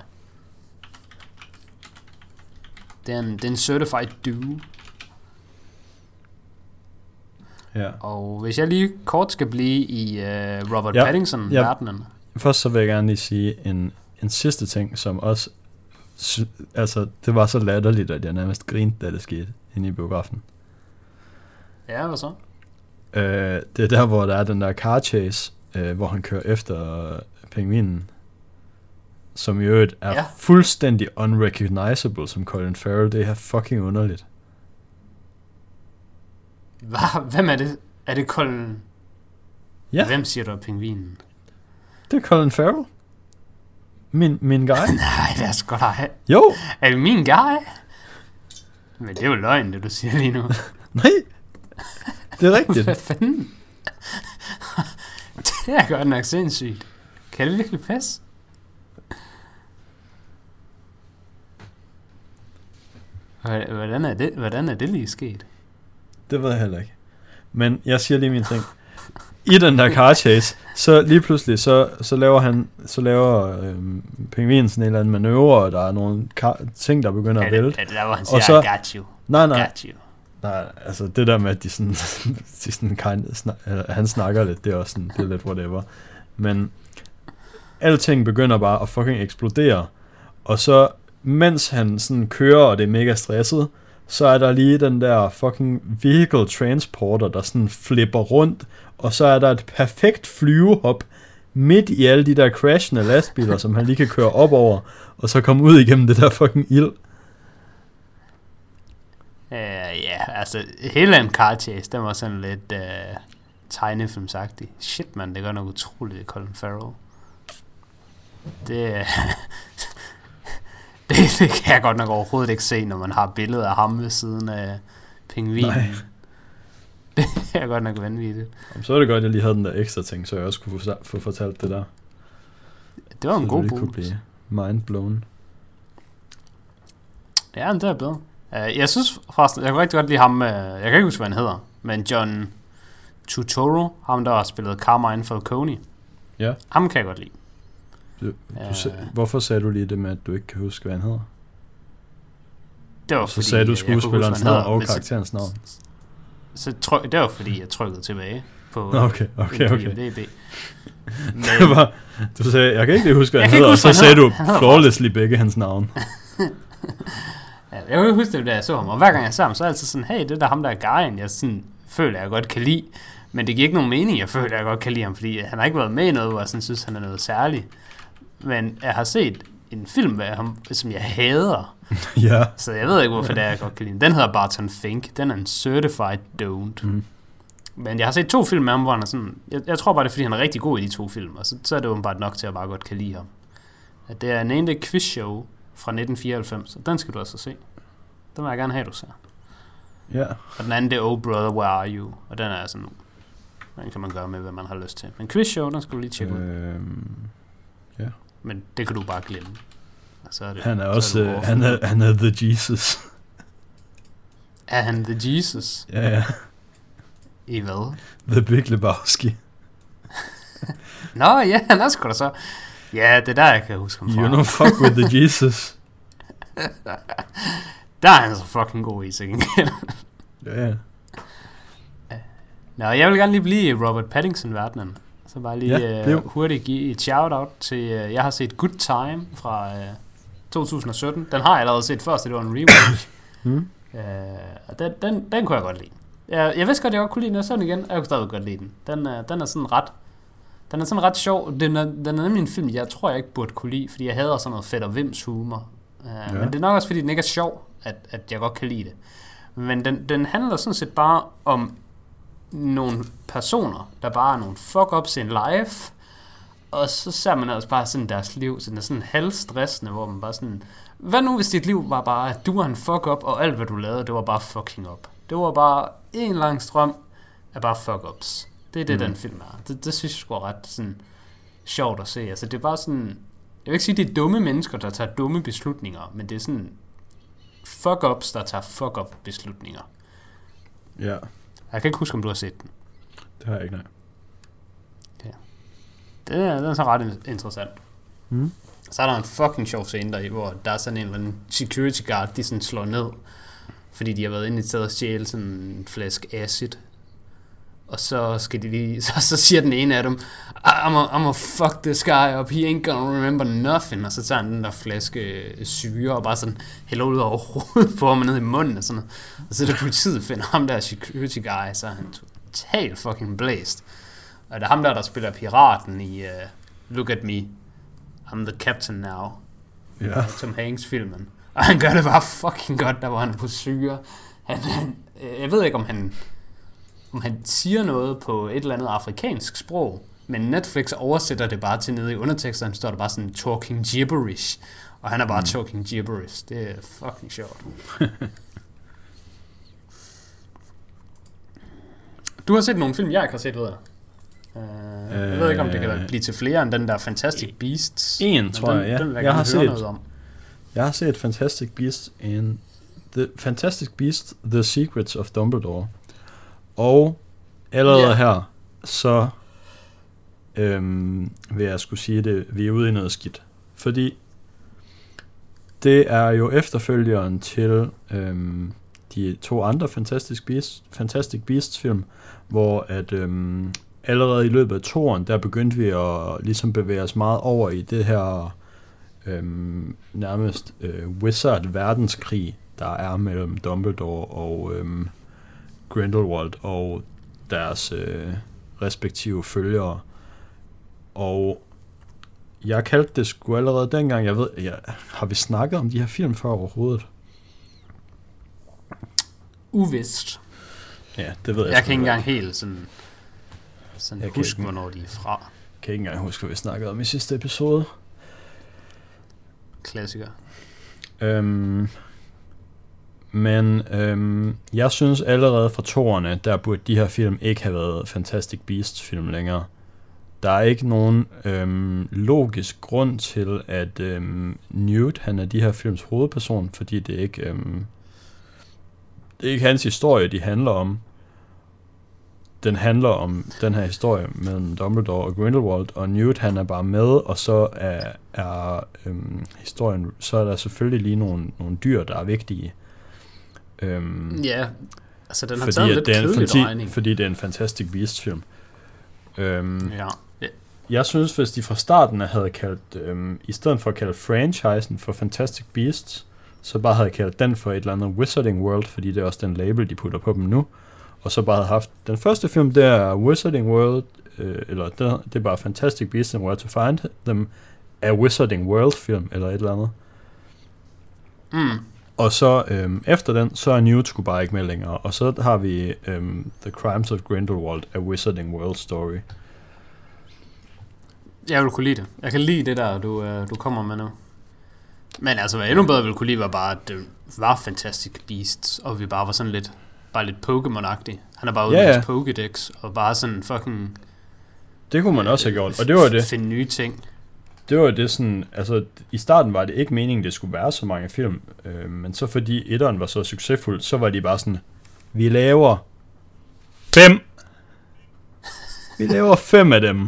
Det er en certified do. Ja. Og hvis jeg lige kort skal blive i Robert Pattinson-verdenen. Først så vil jeg gerne lige sige en sidste ting, som også altså det var så latterligt, at jeg nærmest grinte, da det skete inde i biografen. Ja, hvad så? Det er der, hvor der er den der car chase, hvor han kører efter pingvinen, som i øvrigt er fuldstændig unrecognizable som Colin Farrell. Det er fucking underligt. Hvem er det? Er det Colin? Ja. Hvem siger du er pingvinen? Det er Colin Farrell. Min guy. Nej, det er sgu da. Jo. Er det min guy? Men det er jo løgn, det du siger lige nu. Nej. Det er rigtigt. Hvad fanden? Det er godt nok sindssygt. Kan det virkelig passe? Hvordan er det lige sket? Det ved jeg heller ikke. Men jeg siger lige min ting. I den der car chase, så lige pludselig, så laver pingvinen sådan en eller anden manøvre, og der er nogle ting, der begynder at vælte. Er det der, hvor han siger, I got you? Nej, altså det der med, at de sådan han snakker lidt, det er også sådan, det er lidt whatever. Men alting begynder bare at fucking eksplodere, og så mens han sådan kører, og det er mega stresset, så er der lige den der fucking vehicle transporter, der sådan flipper rundt, og så er der et perfekt flyvehop midt i alle de der crashende lastbiler, som han lige kan køre op over, og så komme ud igennem det der fucking ild. Ja, altså hele en car chase, den var sådan lidt tegnefilmsagtig. Shit, man, det gør nok utroligt, Colin Farrell. Det kan jeg godt nok overhovedet ikke se, når man har billedet af ham ved siden af pingvinen. Nej. Det er godt nok vanvittigt. Så er det godt, at jeg lige havde den der ekstra ting, så jeg også kunne få fortalt det der. Det var en god bonus. Kunne blive mind blown. Ja, men det er bedre. Jeg synes forresten, jeg kunne rigtig godt lide ham, jeg kan ikke huske, hvad han hedder, men John Turturro, ham der har spillet Carmine Falcone. Ja. Ham kan jeg godt lide. Hvorfor sagde du lige det med, at du ikke kan huske, hvad han hedder? Det var så fordi, sagde du skuespillerens navn og karakterens navn. Det var fordi, jeg trykkede tilbage på okay. IMDb. Du sagde, jeg kan ikke lige huske, hvad han hedder, og så sagde du flawlessly begge hans navn. Ja, jeg kan huske det, da jeg så ham, og hver gang jeg så ham, så er jeg altid sådan, hey, det der ham, der er guyen, jeg sådan, føler, jeg godt kan lide, men det giver ikke nogen mening, jeg føler, jeg godt kan lide ham, fordi han har ikke været med i noget, hvor jeg sådan synes, han er noget særligt. Men jeg har set en film af ham, som jeg hader. Ja. Så jeg ved ikke, hvorfor det er, jeg godt kan lide. Den hedder Barton Fink. Den er en certified don't. Men jeg har set 2 film med ham, hvor han er sådan... Jeg tror bare, det er, fordi han er rigtig god i de 2 film. Og så er det åbenbart nok til, at jeg bare godt kan lide ham. At det er en ene Quiz Show fra 1994, og den skal du altså se. Den vil jeg gerne have, du ser. Ja. Og den anden, det er Oh Brother, Where Are You? Og den er sådan, den kan man gøre med, hvad man har lyst til. Men Quiz Show, den skal du lige tjekke ud. Ja. Men det kan du bare glemme. Så er det, han er også, han er the Jesus. Er han the Jesus? Ja. I hvad? The Big Lebowski. Nå, ja, han er sgu da så. Ja, det er der, jeg kan huske ham fra. You know, fuck with the Jesus. Der er han så fucking god i, så Ja. Nå, jeg vil gerne lige blive i Robert Pattinson-verdenen. Så bare lige hurtigt give et shout-out til, jeg har set Good Time fra 2017. Den har jeg allerede set først, det var en rewatch. Og den kunne jeg godt lide. Jeg vidste godt, jeg godt kunne lide den, og sådan igen, jeg kunne stadig godt lide den. Den er sådan ret sjov. Den er nemlig en film, jeg tror, jeg ikke burde kunne lide, fordi jeg hader sådan noget fedt og vims humor. Men det er nok også, fordi den ikke er sjov, at jeg godt kan lide det. Men den handler sådan set bare om nogle personer, der bare er nogle fuck-ups in life, og så ser man også bare sådan deres liv, så den er sådan halvstressende, hvor man bare sådan, hvad nu hvis dit liv var bare, at du var en fuck-up, og alt hvad du lavede, det var bare fucking up. Det var bare en lang strøm af bare fuck-ups. Det er det, den film er. Det synes jeg sgu er ret sådan sjovt at se. Altså det er bare sådan, jeg vil ikke sige, det er dumme mennesker, der tager dumme beslutninger, men det er sådan fuck-ups, der tager fuck-up beslutninger. Ja. Jeg kan ikke huske, om du har set den. Det har jeg ikke, nej. Ja. Den er så ret interessant. Så er der en fucking sjov scene der, hvor der er sådan en eller anden security guard, de sådan slår ned, fordi de har været inde i et sted og stjæle sådan en flaske acid. Og så skal de lige, så siger den ene af dem, I'm a fuck this guy up, he ain't gonna remember nothing. Og så tager han den der flaske syre og bare sådan hælder ud over hovedet på ham ned i munden og sådan noget. Og så er det politiet finder ham der security guy, så er han totalt fucking blæst. Og det er ham der spiller piraten i Look at Me, I'm the captain now. Ja. Tom Hanks filmen. Og han gør det bare fucking godt, der hvor han er på syre. Jeg ved ikke, om han siger noget på et eller andet afrikansk sprog, men Netflix oversætter det bare til nede i underteksterne, står der bare sådan talking gibberish, og han er bare talking gibberish. Det er fucking sjovt. Du har set nogle film, jeg ikke har set, ved jeg. Jeg ved ikke, om det kan blive til flere end den der Fantastic Beasts. Tror jeg, ja. Den vil jeg gerne høre noget om. Jeg har set Fantastic Beasts The Fantastic Beasts, The Secrets of Dumbledore. Og allerede her, så vil jeg skulle sige det, vi er ude i noget skidt. Fordi det er jo efterfølgeren til de to andre Fantastic Beasts film, hvor at allerede i løbet af toren, der begyndte vi at ligesom bevæge os meget over i det her nærmest wizard-verdenskrig, der er mellem Dumbledore og Grindelwald og deres respektive følgere. Og jeg kaldte det sgu allerede dengang, har vi snakket om de her film før overhovedet? Uvist. Ja, det ved jeg. Jeg kan ikke engang helt sådan huske, hvornår de er fra. Jeg kan ikke engang huske, hvad vi snakkede om i sidste episode. Klassiker. Men jeg synes allerede fra toerne, der burde de her film ikke have været Fantastic Beasts film længere. Der er ikke nogen logisk grund til, at Newt, han er de her films hovedperson, fordi det er ikke hans historie, de handler om. Den handler om den her historie mellem Dumbledore og Grindelwald, og Newt, han er bare med, og så er historien, så er der selvfølgelig lige nogle dyr, der er vigtige. Ja, altså den har taget en lidt kedelig drejning. Fordi det er en Fantastic Beasts film. Ja. Jeg synes, hvis de fra starten havde kaldt, i stedet for at kalde franchisen for Fantastic Beasts, så bare havde kaldt den for et eller andet Wizarding World, fordi det er også den label, de putter på dem nu. Og så bare havde haft den første film, der er Wizarding World, eller det er bare Fantastic Beasts and Where to Find Them, er Wizarding World film, eller et eller andet. Og så efter den, så er Newt sgu bare ikke med længere. Og så har vi The Crimes of Grindelwald, a Wizarding World story. Jeg vil kunne lide det. Jeg kan lide det der, du kommer med nu. Men altså, hvad endnu bedre ville kunne lide, var bare, at det var Fantastic Beasts, og vi bare var sådan lidt Pokémon-agtig. Han er bare ude med Pokédex, og bare sådan fucking... Det kunne man også have gjort, og det var det. Finde nye ting. Det var det sådan, altså i starten var det ikke meningen, det skulle være så mange film, men så fordi etteren var så succesfuld, så var de bare sådan, vi laver 5! Vi laver 5 af dem.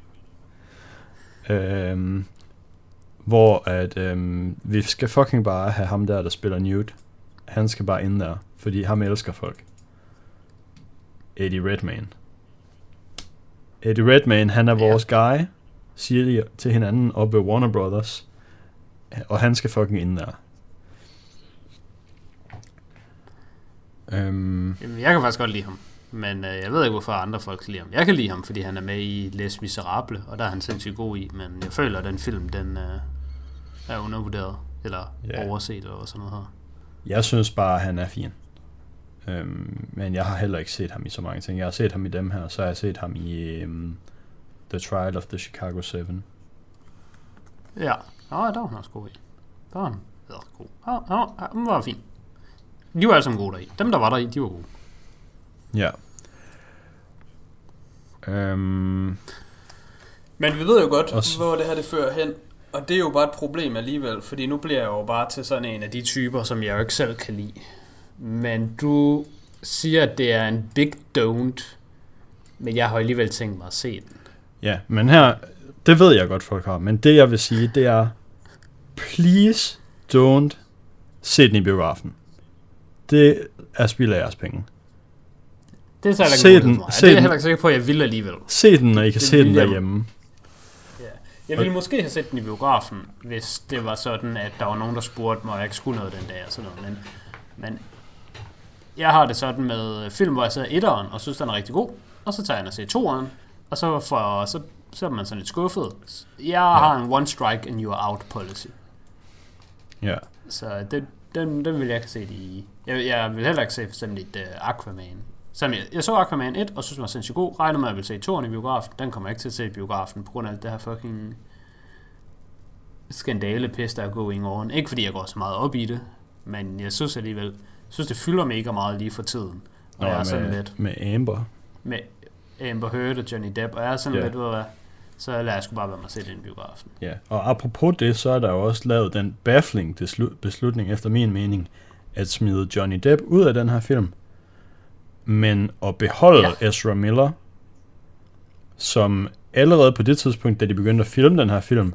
Hvor at vi skal fucking bare have ham der spiller Newt. Han skal bare ind der, fordi ham elsker folk. Eddie Redmayne. Eddie Redmayne, han er vores guy, siger de til hinanden op ved Warner Brothers. Og han skal fucking ind der. Jeg kan faktisk godt lide ham. Men jeg ved ikke, hvorfor andre folk kan lide ham. Jeg kan lide ham, fordi han er med i Les Miserables, og der er han sindssygt god i. Men jeg føler, at den film, den er undervurderet. Eller overset, eller sådan noget her. Jeg synes bare, at han er fin. Men jeg har heller ikke set ham i så mange ting. Jeg har set ham i dem her, så har jeg set ham i The Trial of the Chicago 7. Ja, der var han også god i. Der var han god. Han var fin. De var alle sammen gode deri. Dem, der var der i, de var gode. Ja. Men vi ved jo godt, hvor det her det fører hen. Og det er jo bare et problem alligevel, fordi nu bliver jeg jo bare til sådan en af de typer, som jeg jo ikke selv kan lide. Men du siger, at det er en big don't, men jeg har alligevel tænkt mig at se den. Ja, men her, det ved jeg godt, folk har, men det jeg vil sige, det er, please don't se den i biografen. Det er spild af jeres penge. Det er så heller ikke det er jeg heller ikke sikker på, at jeg vil alligevel. Se den, når I kan se den derhjemme. Jeg ville måske have set den i biografen, hvis det var sådan, at der var nogen, der spurgte mig, og jeg ikke skulle noget den dag og sådan noget. Men jeg har det sådan med film, hvor jeg ser etteren, og synes, den er rigtig god, og så tager jeg den og ser toeren, og så er man sådan lidt skuffet. Jeg har en one strike and you are out policy. Ja. Så den vil jeg ikke se i. Jeg vil heller ikke se for eksempel et Aquaman. Jeg så Aquaman 1, og synes, den var sindssygt god. Regner med, at jeg vil se 2'eren i biografen. Den kommer jeg ikke til at se i biografen, på grund af det her fucking skandale-pis, der er going on. Ikke fordi jeg går så meget op i det, men jeg synes alligevel, det fylder mega meget lige for tiden. Og jeg er sådan lidt... Med Amber. Med Amber Heard og Johnny Depp, og jeg er sådan lidt, så lader jeg sgu bare være mig selv i den biografen. Ja, og apropos det, så er der jo også lavet den baffling beslutning, efter min mening, at smide Johnny Depp ud af den her film, men at beholde Ezra Miller, som allerede på det tidspunkt, da de begyndte at filme den her film,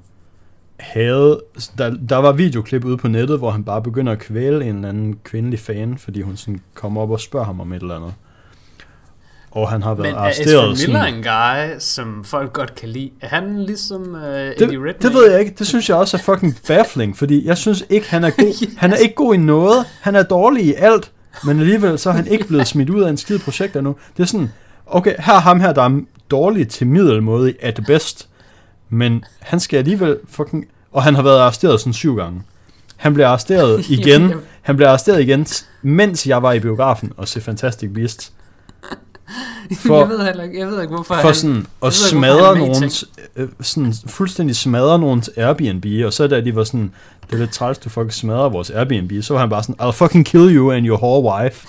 der var videoklip ude på nettet, hvor han bare begynder at kvæle en eller anden kvindelig fan, fordi hun sådan kommer op og spørger ham om et eller andet. Og han har været arresteret. Men er Ezra Miller en guy, som folk godt kan lide? Er han ligesom Eddie Redmayne? Det ved jeg ikke. Det synes jeg også er fucking baffling, fordi jeg synes ikke, han er god. Yes. Han er ikke god i noget. Han er dårlig i alt. Men alligevel så er han ikke blevet smidt ud af en skide projekt endnu. Det er sådan, okay, her er ham her, der er dårlig til middelmåde at best. Men han skal alligevel fucking... Og han har været arresteret sådan 7 gange. Han blev arresteret igen. Han blev arresteret igen, mens jeg var i biografen og se Fantastic Beasts. Jeg ved ikke, hvorfor for sådan at smadre nogens, sådan fuldstændig smadre nogens Airbnb, og så da de var sådan, det er lidt træls, du fucking smadrer vores Airbnb, så var han bare sådan, I'll fucking kill you and your whore wife.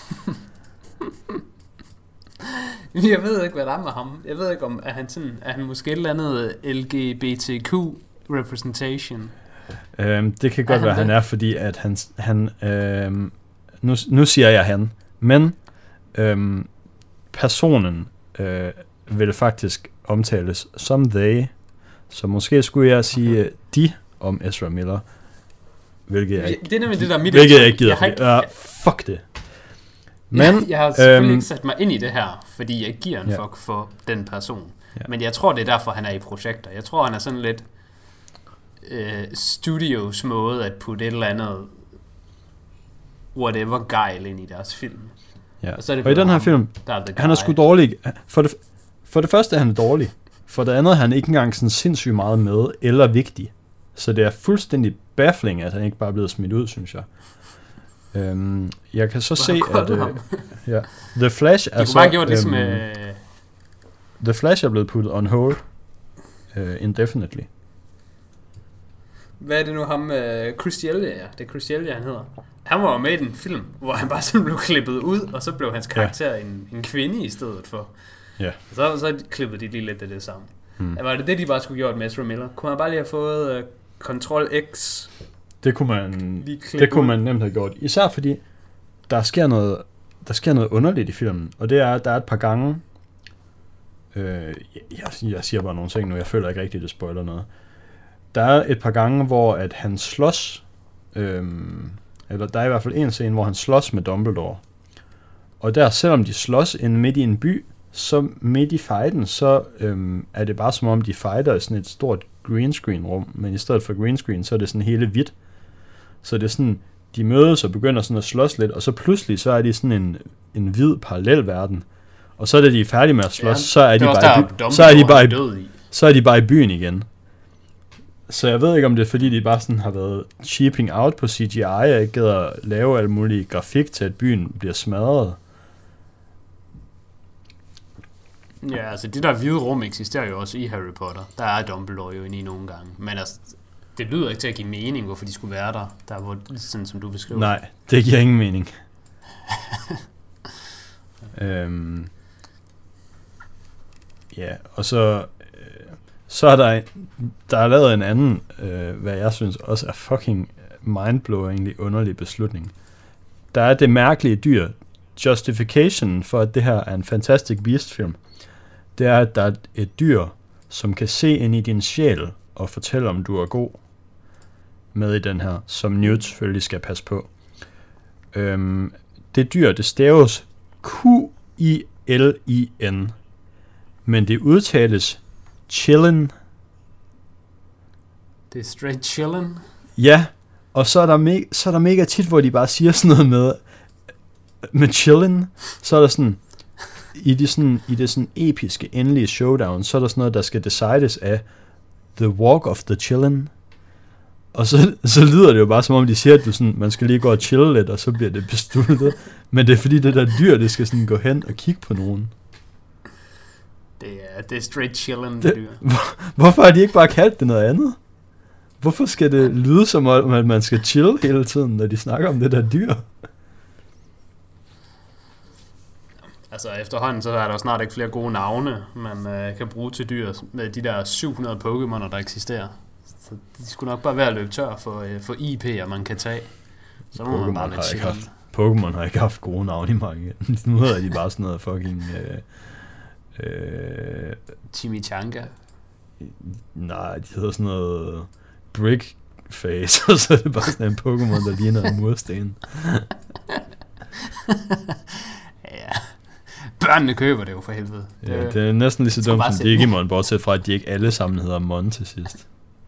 Jeg ved ikke, hvad der er med ham. Jeg ved ikke, om er han måske et eller andet LGBTQ representation. Det kan godt være, han er, fordi at han nu siger jeg han, men personen vil faktisk omtales som they, så måske skulle jeg sige de om Ezra Miller, hvilket jeg ikke, det er nemlig det, der er mit hvilket jeg ikke gider. Fuck det. Men jeg har selvfølgelig ikke sat mig ind i det her, fordi jeg ikke giver en fuck for den person. Men jeg tror, det er derfor, han er i projekter. Jeg tror, han er sådan lidt studios måde at putte et eller andet whatever gejl ind i deres film. Ja. Og i den her film, han er sgu dårlig. For det første er han dårlig. For det andet er han ikke engang sådan sindssygt meget med eller vigtig. Så det er fuldstændig baffling, at han ikke bare er blevet smidt ud, synes jeg. Jeg kan så se, at The Flash er så... The Flash er blevet puttet on hold indefinitely. hvad er det nu ham, Christielle, ja. Det er Christielle, han hedder. Han var jo med i den film, hvor han bare sådan blev klippet ud, og så blev hans karakter en kvinde i stedet for. Ja. Så klippede de lige lidt af det sammen. Var det de bare skulle gjort med Ezra Miller? Kunne man bare lige have fået Ctrl X? Det kunne man nemt have gjort. Især fordi, der sker noget underligt i filmen, og det er, at der er et par gange, jeg siger bare nogle ting nu, jeg føler ikke rigtigt, det spoiler noget. Der er et par gange, hvor at han slås, eller der er i hvert fald en scene, hvor han slås med Dumbledore. Og der, selvom de slås midt i en by, så midt i fighten, så er det bare som om, de fighter i sådan et stort green screen rum, men i stedet for green screen, så er det sådan hele hvidt. Så det er sådan, de mødes og begynder sådan at slås lidt, og så pludselig, så er de sådan en hvid parallelverden. Og så da de er færdige med at slås, så er de bare i byen igen. Så jeg ved ikke, om det er fordi, de bare sådan har været cheaping out på CGI, og ikke gider lave alt muligt grafik til, at byen bliver smadret. Ja, altså det der hvide rum eksisterer jo også i Harry Potter. Der er Dumbledore jo inde i nogle gange. Men altså, det lyder ikke til at give mening, hvorfor de skulle være der. Der hvor, sådan som du beskriver. Nej, det giver ingen mening. Ja, og så er der er lavet en anden, hvad jeg synes også er fucking mindblowingly underlig beslutning. Der er det mærkelige dyr. Justification for, at det her er en Fantastic Beast-film, det er, at der er et dyr, som kan se ind i din sjæl og fortælle, om du er god med i den her, som Newt selvfølgelig skal passe på. Det dyr, det staves Q-I-L-I-N, men det udtales chillin. Det er straight chillin? Ja, og så er der mega tit, hvor de bare siger sådan noget med chillin, så er der sådan i det sådan episke endelige showdown, så er der sådan noget, der skal decides af The Walk of the Chillin. Og så lyder det jo bare som om de siger, at man skal lige gå og chille lidt, og så bliver det besluttet. Men det er fordi det der dyr, det skal sådan gå hen og kigge på nogen. Det er straight chillin, det dyr. Hvorfor har de ikke bare kaldt det noget andet? Hvorfor skal det lyde som om, at man skal chill hele tiden, når de snakker om det der dyr? Altså efterhånden, så er der snart ikke flere gode navne, man kan bruge til dyr med de der 700 Pokémoner, der eksisterer. Så de skulle nok bare være at løbe tør for IP'er, man kan tage. Så må man bare lidt chill. Pokémon har ikke haft gode navne i mange. Nu hedder de bare sådan noget fucking... Chimichanga. Nej, de hedder sådan noget Brickface, og så er det bare sådan en Pokémon, der ligner en mursten. Ja. Børnene køber det jo for helvede. Det er næsten lige så dumt som Digimon, bortset fra, at de ikke alle sammen hedder Mon til sidst.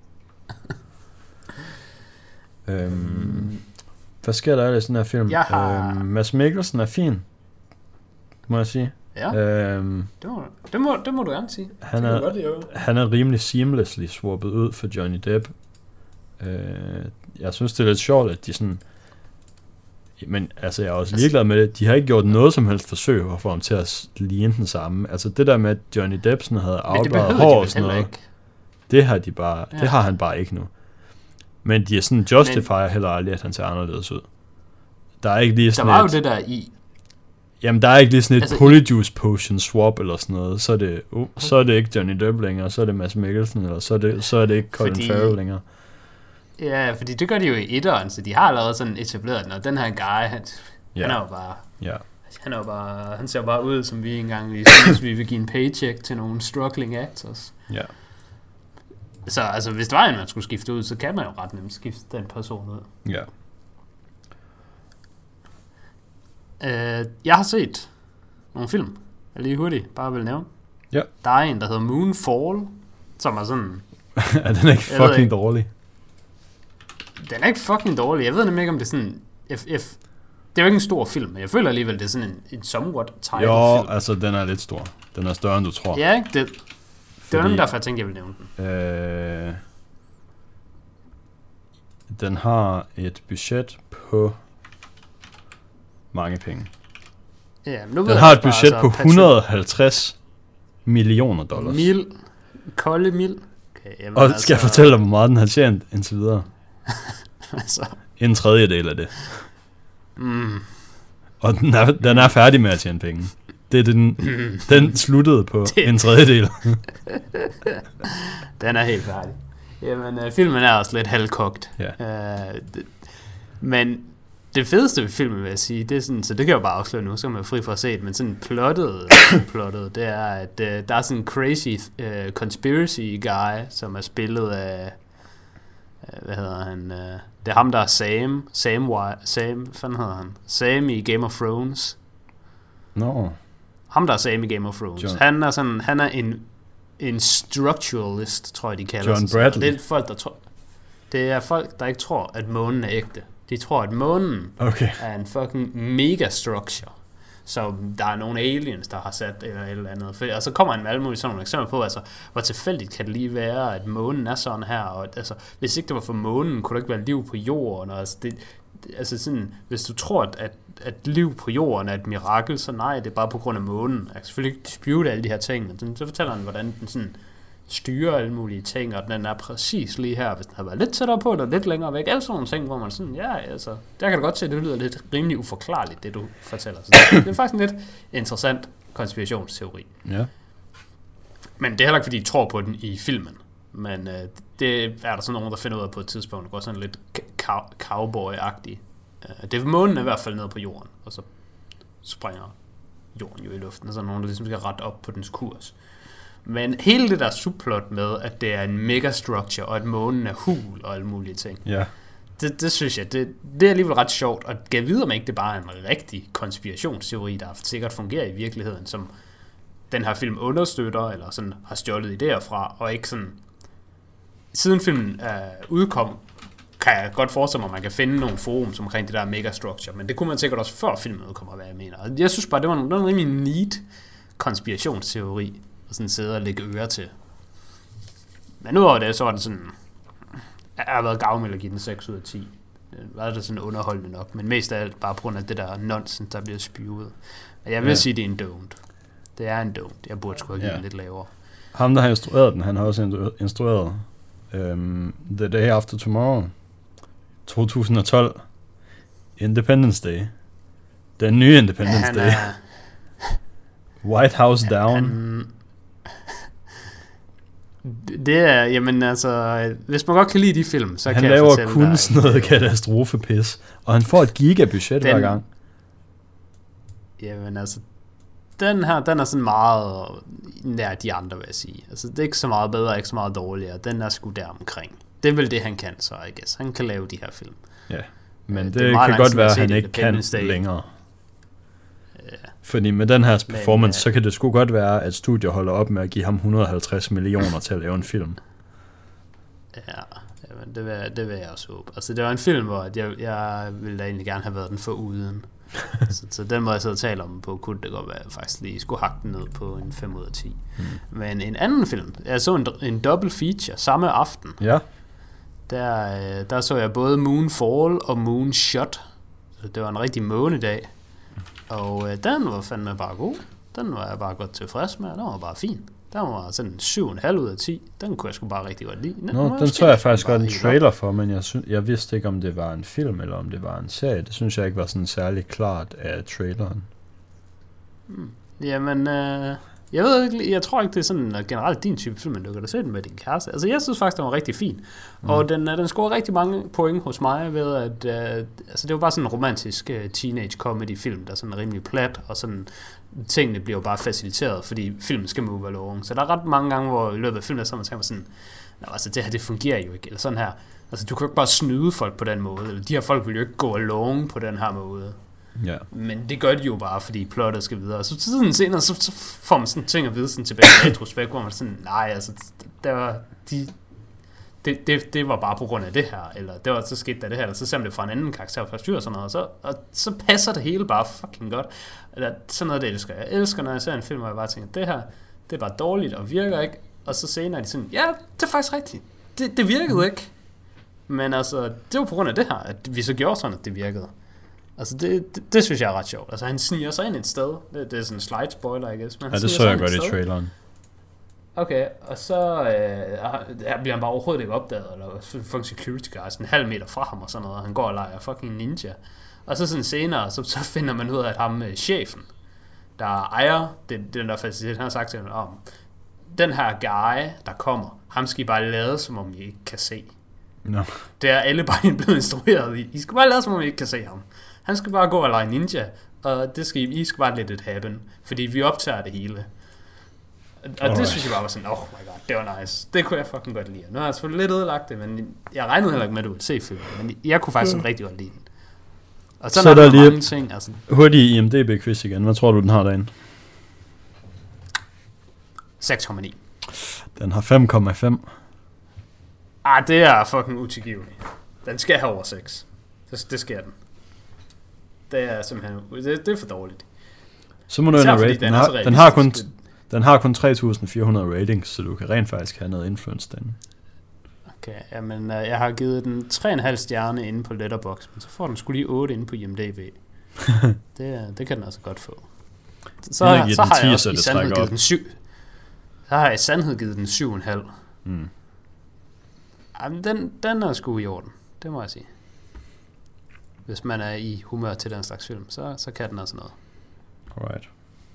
Hvad sker der ellers i den her film? Mads Mikkelsen er fin, må jeg sige. Ja, det må du gerne sige. Han er rimelig seamlessly swappet ud for Johnny Depp. Jeg synes, det er lidt sjovt, at de sådan... Men altså, jeg er også ligeglad med det. De har ikke gjort noget som helst forsøg for ham til at ligne den samme. Altså, det der med, at Johnny Depp sådan havde afbladet hår og sådan noget, det har han bare ikke nu. Men de er sådan justifier heller aldrig, at han ser anderledes ud. Der er ikke lige sådan der var jo det der i... Jamen, der er ikke lige sådan et Polyjuice Potion swap eller sådan noget. Så er det ikke Johnny Depp længere, så er det Mads Mikkelsen, eller så er det ikke Colin Farrell længere. Ja, fordi det gør de jo i etteren, så de har allerede sådan etableret, når den her guy, han er jo bare... Ja. Han ser jo bare ud, som vi engang synes, vi vil give en paycheck til nogle struggling actors. Ja. Så altså, hvis der var en, man skulle skifte ud, så kan man jo ret nemt skifte den person ud. Ja. Jeg har set nogle film, jeg lige hurtigt bare vil nævne. Ja. Der er en, der hedder Moonfall, som er sådan... Er den ikke fucking dårlig? Den er ikke fucking dårlig. Jeg ved nemlig ikke, om det er sådan... Det er jo ikke en stor film, men jeg føler alligevel, det er sådan en somewhat title film. Jo, altså den er lidt stor. Den er større, end du tror. Ja, ikke? Det er nemlig derfor, jeg tænkte, jeg vil nævne den. Den har et budget på mange penge. Ja, men nu den har et budget på $150 million. Kolde mil. Okay, jamen og skal jeg fortælle dig, hvor meget den har tjent indtil videre? Altså. En tredjedel af det. Og den er færdig med at tjene penge. Det er den sluttede på en tredjedel. Den er helt færdig. Jamen, filmen er også lidt halvkogt. Ja. Men det fedeste ved filmen, vil jeg sige, det er sådan, så det kan jeg jo bare afsløre nu, så er man fri for at se det, men sådan plottet, det er, at der er sådan en crazy conspiracy guy, som er spillet af, hvad hedder han, det er ham, der er Sam, hvad hedder han? Sam i Game of Thrones. No. Ham, der er Sam i Game of Thrones. Han er en structuralist, tror jeg, de kalder John Bradley. Det er folk, der ikke tror, at månen er ægte. De tror, at månen er en fucking megastructure, som der er nogle aliens, der har sat eller andet. Og så kommer han med alle mulige sådan nogle eksempler på, altså, hvor tilfældigt kan det lige være, at månen er sådan her. Og, altså, hvis ikke det var for månen, kunne der ikke være liv på jorden. Og, altså, sådan, hvis du tror, at liv på jorden er et mirakel, så nej, det er bare på grund af månen. Jeg kan selvfølgelig ikke dispute alle de her ting, men så fortæller han, hvordan den sådan styrer alle mulige ting, og den er præcis lige her, hvis den har været lidt tættere på, eller lidt længere væk, alle sådan nogle ting, hvor man sådan, ja, altså, der kan du godt se, at det lyder lidt rimelig uforklarligt, det du fortæller. Så det er faktisk en lidt interessant konspirationsteori. Ja. Men det er heller ikke, fordi de tror på den i filmen, men det er der sådan nogen, der finder ud af på et tidspunkt, der går sådan lidt cowboy-agtigt. Det er månen i hvert fald ned på jorden, og så springer jorden jo i luften, og så er nogen, der ligesom skal rette op på dens kurs. Men hele det der subplot med, at det er en megastructure, og at månen er hul og alle mulige ting, det synes jeg, det er alligevel ret sjovt, og gav videre mig ikke, det bare er en rigtig konspirationsteori, der sikkert fungerer i virkeligheden, som den her film understøtter, eller sådan har stjålet idéer fra, og ikke sådan, siden filmen udkom, kan jeg godt forestille mig, at man kan finde nogle forums omkring det der megastructure, men det kunne man sikkert også før filmen udkommer, hvad jeg mener. Og jeg synes bare, det var en rimelig neat konspirationsteori, og sådan sidde og lægge øre til. Men udover det, så var den sådan, jeg har været gavmild at give den 6 ud af 10. Det var det sådan underholdende nok, men mest af alt bare på grund af det der nonsens, der bliver spyvet. Og jeg vil sige, det er en don't. Det er en don't. Jeg burde sgu have givet den lidt lavere. Ham, der har instrueret den, han har også instrueret The Day After Tomorrow, 2012, Independence Day, den nye Independence Day, White House Down. Det er, jamen altså, hvis man godt kan lide de film, så han kan jeg fortælle dig. Han laver kun sådan noget katastrofepis, og han får et gigabudget hver gang. Jamen altså, den her, den er sådan meget nær de andre, vil jeg sige. Altså, det er ikke så meget bedre, ikke så meget dårligere. Den er sgu der omkring. Det er vel det, han kan, så I guess. Han kan lave de her film. Ja, men det kan godt være, at han ikke kan længere. Fordi med den her performance, så kan det sgu godt være, at studiet holder op med at give ham 150 millioner til at lave en film. Ja, det vil jeg også håbe. Altså, det var en film, hvor jeg ville da egentlig gerne have været den for uden. så den måde, jeg sidder og taler om på, kunne det godt være, at jeg faktisk lige skulle hakke den ned på en 5 ud af 10. Men en anden film, jeg så en double feature samme aften. Ja. Der så jeg både Moonfall og Moonshot. Så det var en rigtig månedag. Og den var fandme bare god. Den var jeg bare godt tilfreds med. Den var bare fin. Den var sådan 7,5 ud af 10. Den kunne jeg sgu bare rigtig godt lide. Den så jeg faktisk godt en trailer for, men jeg vidste ikke, om det var en film, eller om det var en serie. Det synes jeg ikke var sådan særlig klart af traileren. Jamen, jeg ved ikke, jeg tror ikke, det er sådan generelt din type film, men du kan da se den med din kæreste. Altså, jeg synes faktisk, den var rigtig fin. Og den scorede rigtig mange point hos mig ved, at altså, det var bare sådan en romantisk teenage comedy film, der er sådan rimelig plat, og sådan tingene bliver jo bare faciliteret, fordi filmen skal move along. Så der er ret mange gange, hvor i løbet af filmen, så man tænker sådan, altså det her, det fungerer jo ikke, eller sådan her. Altså, du kan jo ikke bare snyde folk på den måde, eller de her folk vil jo ikke gå along på den her måde. Ja. Men det gør de jo bare, fordi plottet skal videre. Så sådan senere, så får man sådan ting at vide sådan tilbage i retrospekt, hvor man sådan, nej, altså, det var bare på grund af det her, eller det var så skete der det her, eller så ser man det fra en anden karakter fra styr og sådan noget, og så passer det hele bare fucking godt. Eller sådan noget, det elsker jeg. Jeg elsker, når jeg ser en film, hvor jeg bare tænker, det her, det er bare dårligt og virker ikke, og så senere er de sådan, ja, det er faktisk rigtigt. Det virkede ikke. Men altså, det var på grund af det her, at vi så gjorde sådan, at det virkede. Altså, det synes jeg er ret sjovt. Altså, han sniger sig ind et sted. Det er sådan en slide spoiler, I guess. Men ja, det så jeg godt i traileren. Okay, og så bliver han bare overhovedet ikke opdaget, eller fucking security guard sådan en halv meter fra ham og sådan noget, og han går og leger fucking ninja. Og så sådan senere, så finder man ud af, at ham chefen, der ejer den der facilitet, han har sagt til ham om, den her guy, der kommer, ham skal I bare lade, som om I ikke kan se. No. Det er alle bare blevet instrueret i. I skal bare lade, som om I ikke kan se ham. Han skal bare gå og lege ninja, og I skal bare let it happen, fordi vi optager det hele. Og det synes jeg bare var sådan, oh my god, det var nice. Det kunne jeg fucking godt lide. Nu har jeg selvfølgelig lidt ødelagt det, men jeg regnede heller ikke med, at du ville se filmen. Men jeg kunne faktisk sådan rigtig godt lide den. Og så er der lige mange ting. Altså. Hurtig IMDb-quiz igen. Hvad tror du, den har derinde? 6,9. Den har 5,5. Det er fucking utilgiveligt. Den skal have over 6. Det skal den. Det er simpelthen... Det er for dårligt. Så må du ind og rate. Den har kun 3.400 ratings, så du kan rent faktisk have noget influence derinde. Okay, jamen jeg har givet den 3,5 stjerne inde på Letterboxd, men så får den sgu lige 8 inde på IMDb. det kan den altså godt få. Så har jeg også i sandhed givet den 7. Så har jeg i sandhed givet den 7,5. Jamen, den er sgu i orden, det må jeg sige. Hvis man er i humør til den slags film, så kan den altså noget. Alright.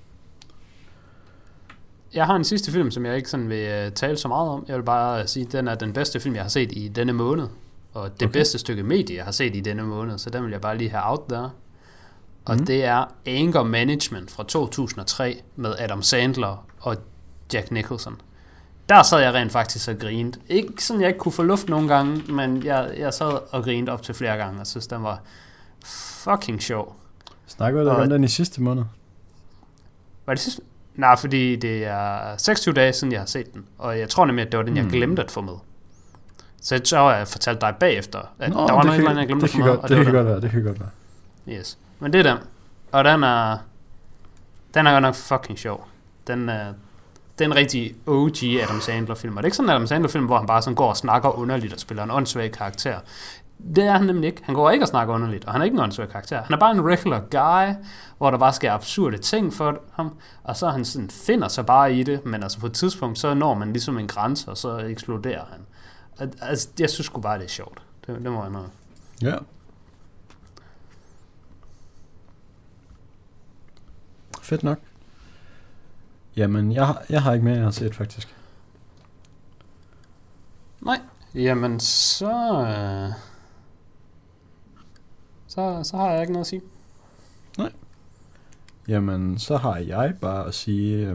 Jeg har en sidste film, som jeg ikke sådan vil tale så meget om. Jeg vil bare sige, at den er den bedste film, jeg har set i denne måned. Og det bedste stykke medie, jeg har set i denne måned. Så den vil jeg bare lige have out there. Og det er Anger Management fra 2003 med Adam Sandler og Jack Nicholson. Der sad jeg rent faktisk og grinte. Ikke sådan, jeg ikke kunne få luft nogle gange, men jeg sad og grinte op til flere gange, og synes, den var fucking sjov. Snakker du om den i sidste måned? Var det sidste? Nej, fordi det er 26 dage siden, jeg har set den. Og jeg tror nemlig, at det var den, jeg glemte at få med. Så har jeg fortalt dig bagefter, at der var noget, jeg glemte at få med. Det kan godt være. Yes. Men det er den. Og den er godt nok fucking sjov. Det er en rigtig OG Adam Sandler film. Og det er ikke sådan en Adam Sandler film, hvor han bare sådan går og snakker underligt og spiller en åndssvag karakter. Det er han nemlig ikke. Han går ikke og snakker underligt, og han er ikke en åndssvag karakter. Han er bare en regular guy, hvor der bare sker absurde ting for ham, og så han sådan finder sig bare i det, men altså på et tidspunkt, så når man ligesom en grænse, og så eksploderer han. Altså, jeg synes sgu bare, det er sjovt. Det må jeg noget. Ja. Fedt nok. Jamen, jeg har ikke mere, jeg har set faktisk. Nej. Jamen, så har jeg ikke noget at sige. Nej. Jamen, så har jeg bare at sige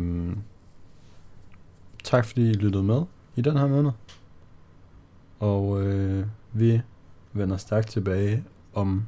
tak fordi I lyttede med i den her måned. Og vi vender stærkt tilbage om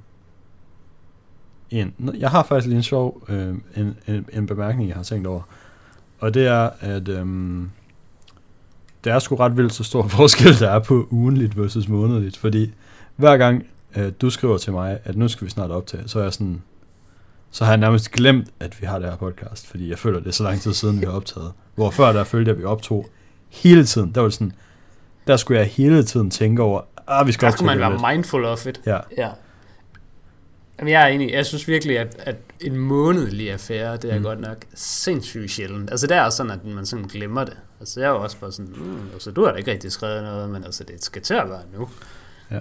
jeg har faktisk lige en sjov en bemærkning, jeg har tænkt over. Og det er, at det er sgu ret vildt så stor forskel, der er på ugenligt versus månedligt. Fordi hver gang du skriver til mig, at nu skal vi snart optage, så har jeg nærmest glemt, at vi har det her podcast. Fordi jeg føler, det er så lang tid siden, vi har optaget. Hvor før der følte jeg, at vi optog hele tiden. Der var sådan, der skulle jeg hele tiden tænke over, vi skal optage. Der skulle man være mindful of it. Ja. Jamen, jeg er enig. Jeg synes virkelig, at en månedlig affære, det er godt nok sindssygt sjældent. Altså, det er sådan, at man sådan glemmer det. Altså, jeg er jo også bare sådan, altså, du har da ikke rigtig skrevet noget, men altså, det skal til at være nu. Ja.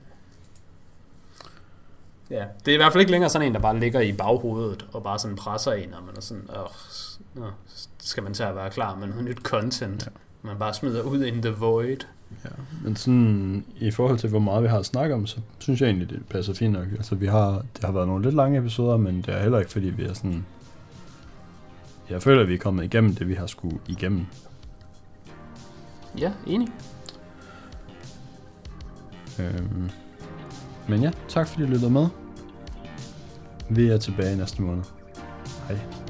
Ja, det er i hvert fald ikke længere sådan en, der bare ligger i baghovedet, og bare sådan presser en, og man er sådan, skal man til at være klar med noget nyt content. Ja. Man bare smider ud in the void. Ja, men sådan i forhold til hvor meget vi har snakket om, så synes jeg egentlig det passer fint nok. Altså det har været nogle lidt lange episoder, men det er heller ikke fordi vi er sådan. Jeg føler at vi er kommet igennem det vi har skulle igennem. Ja, enig. Men ja, tak fordi I lyttede med. Vi er tilbage næste måned. Hej.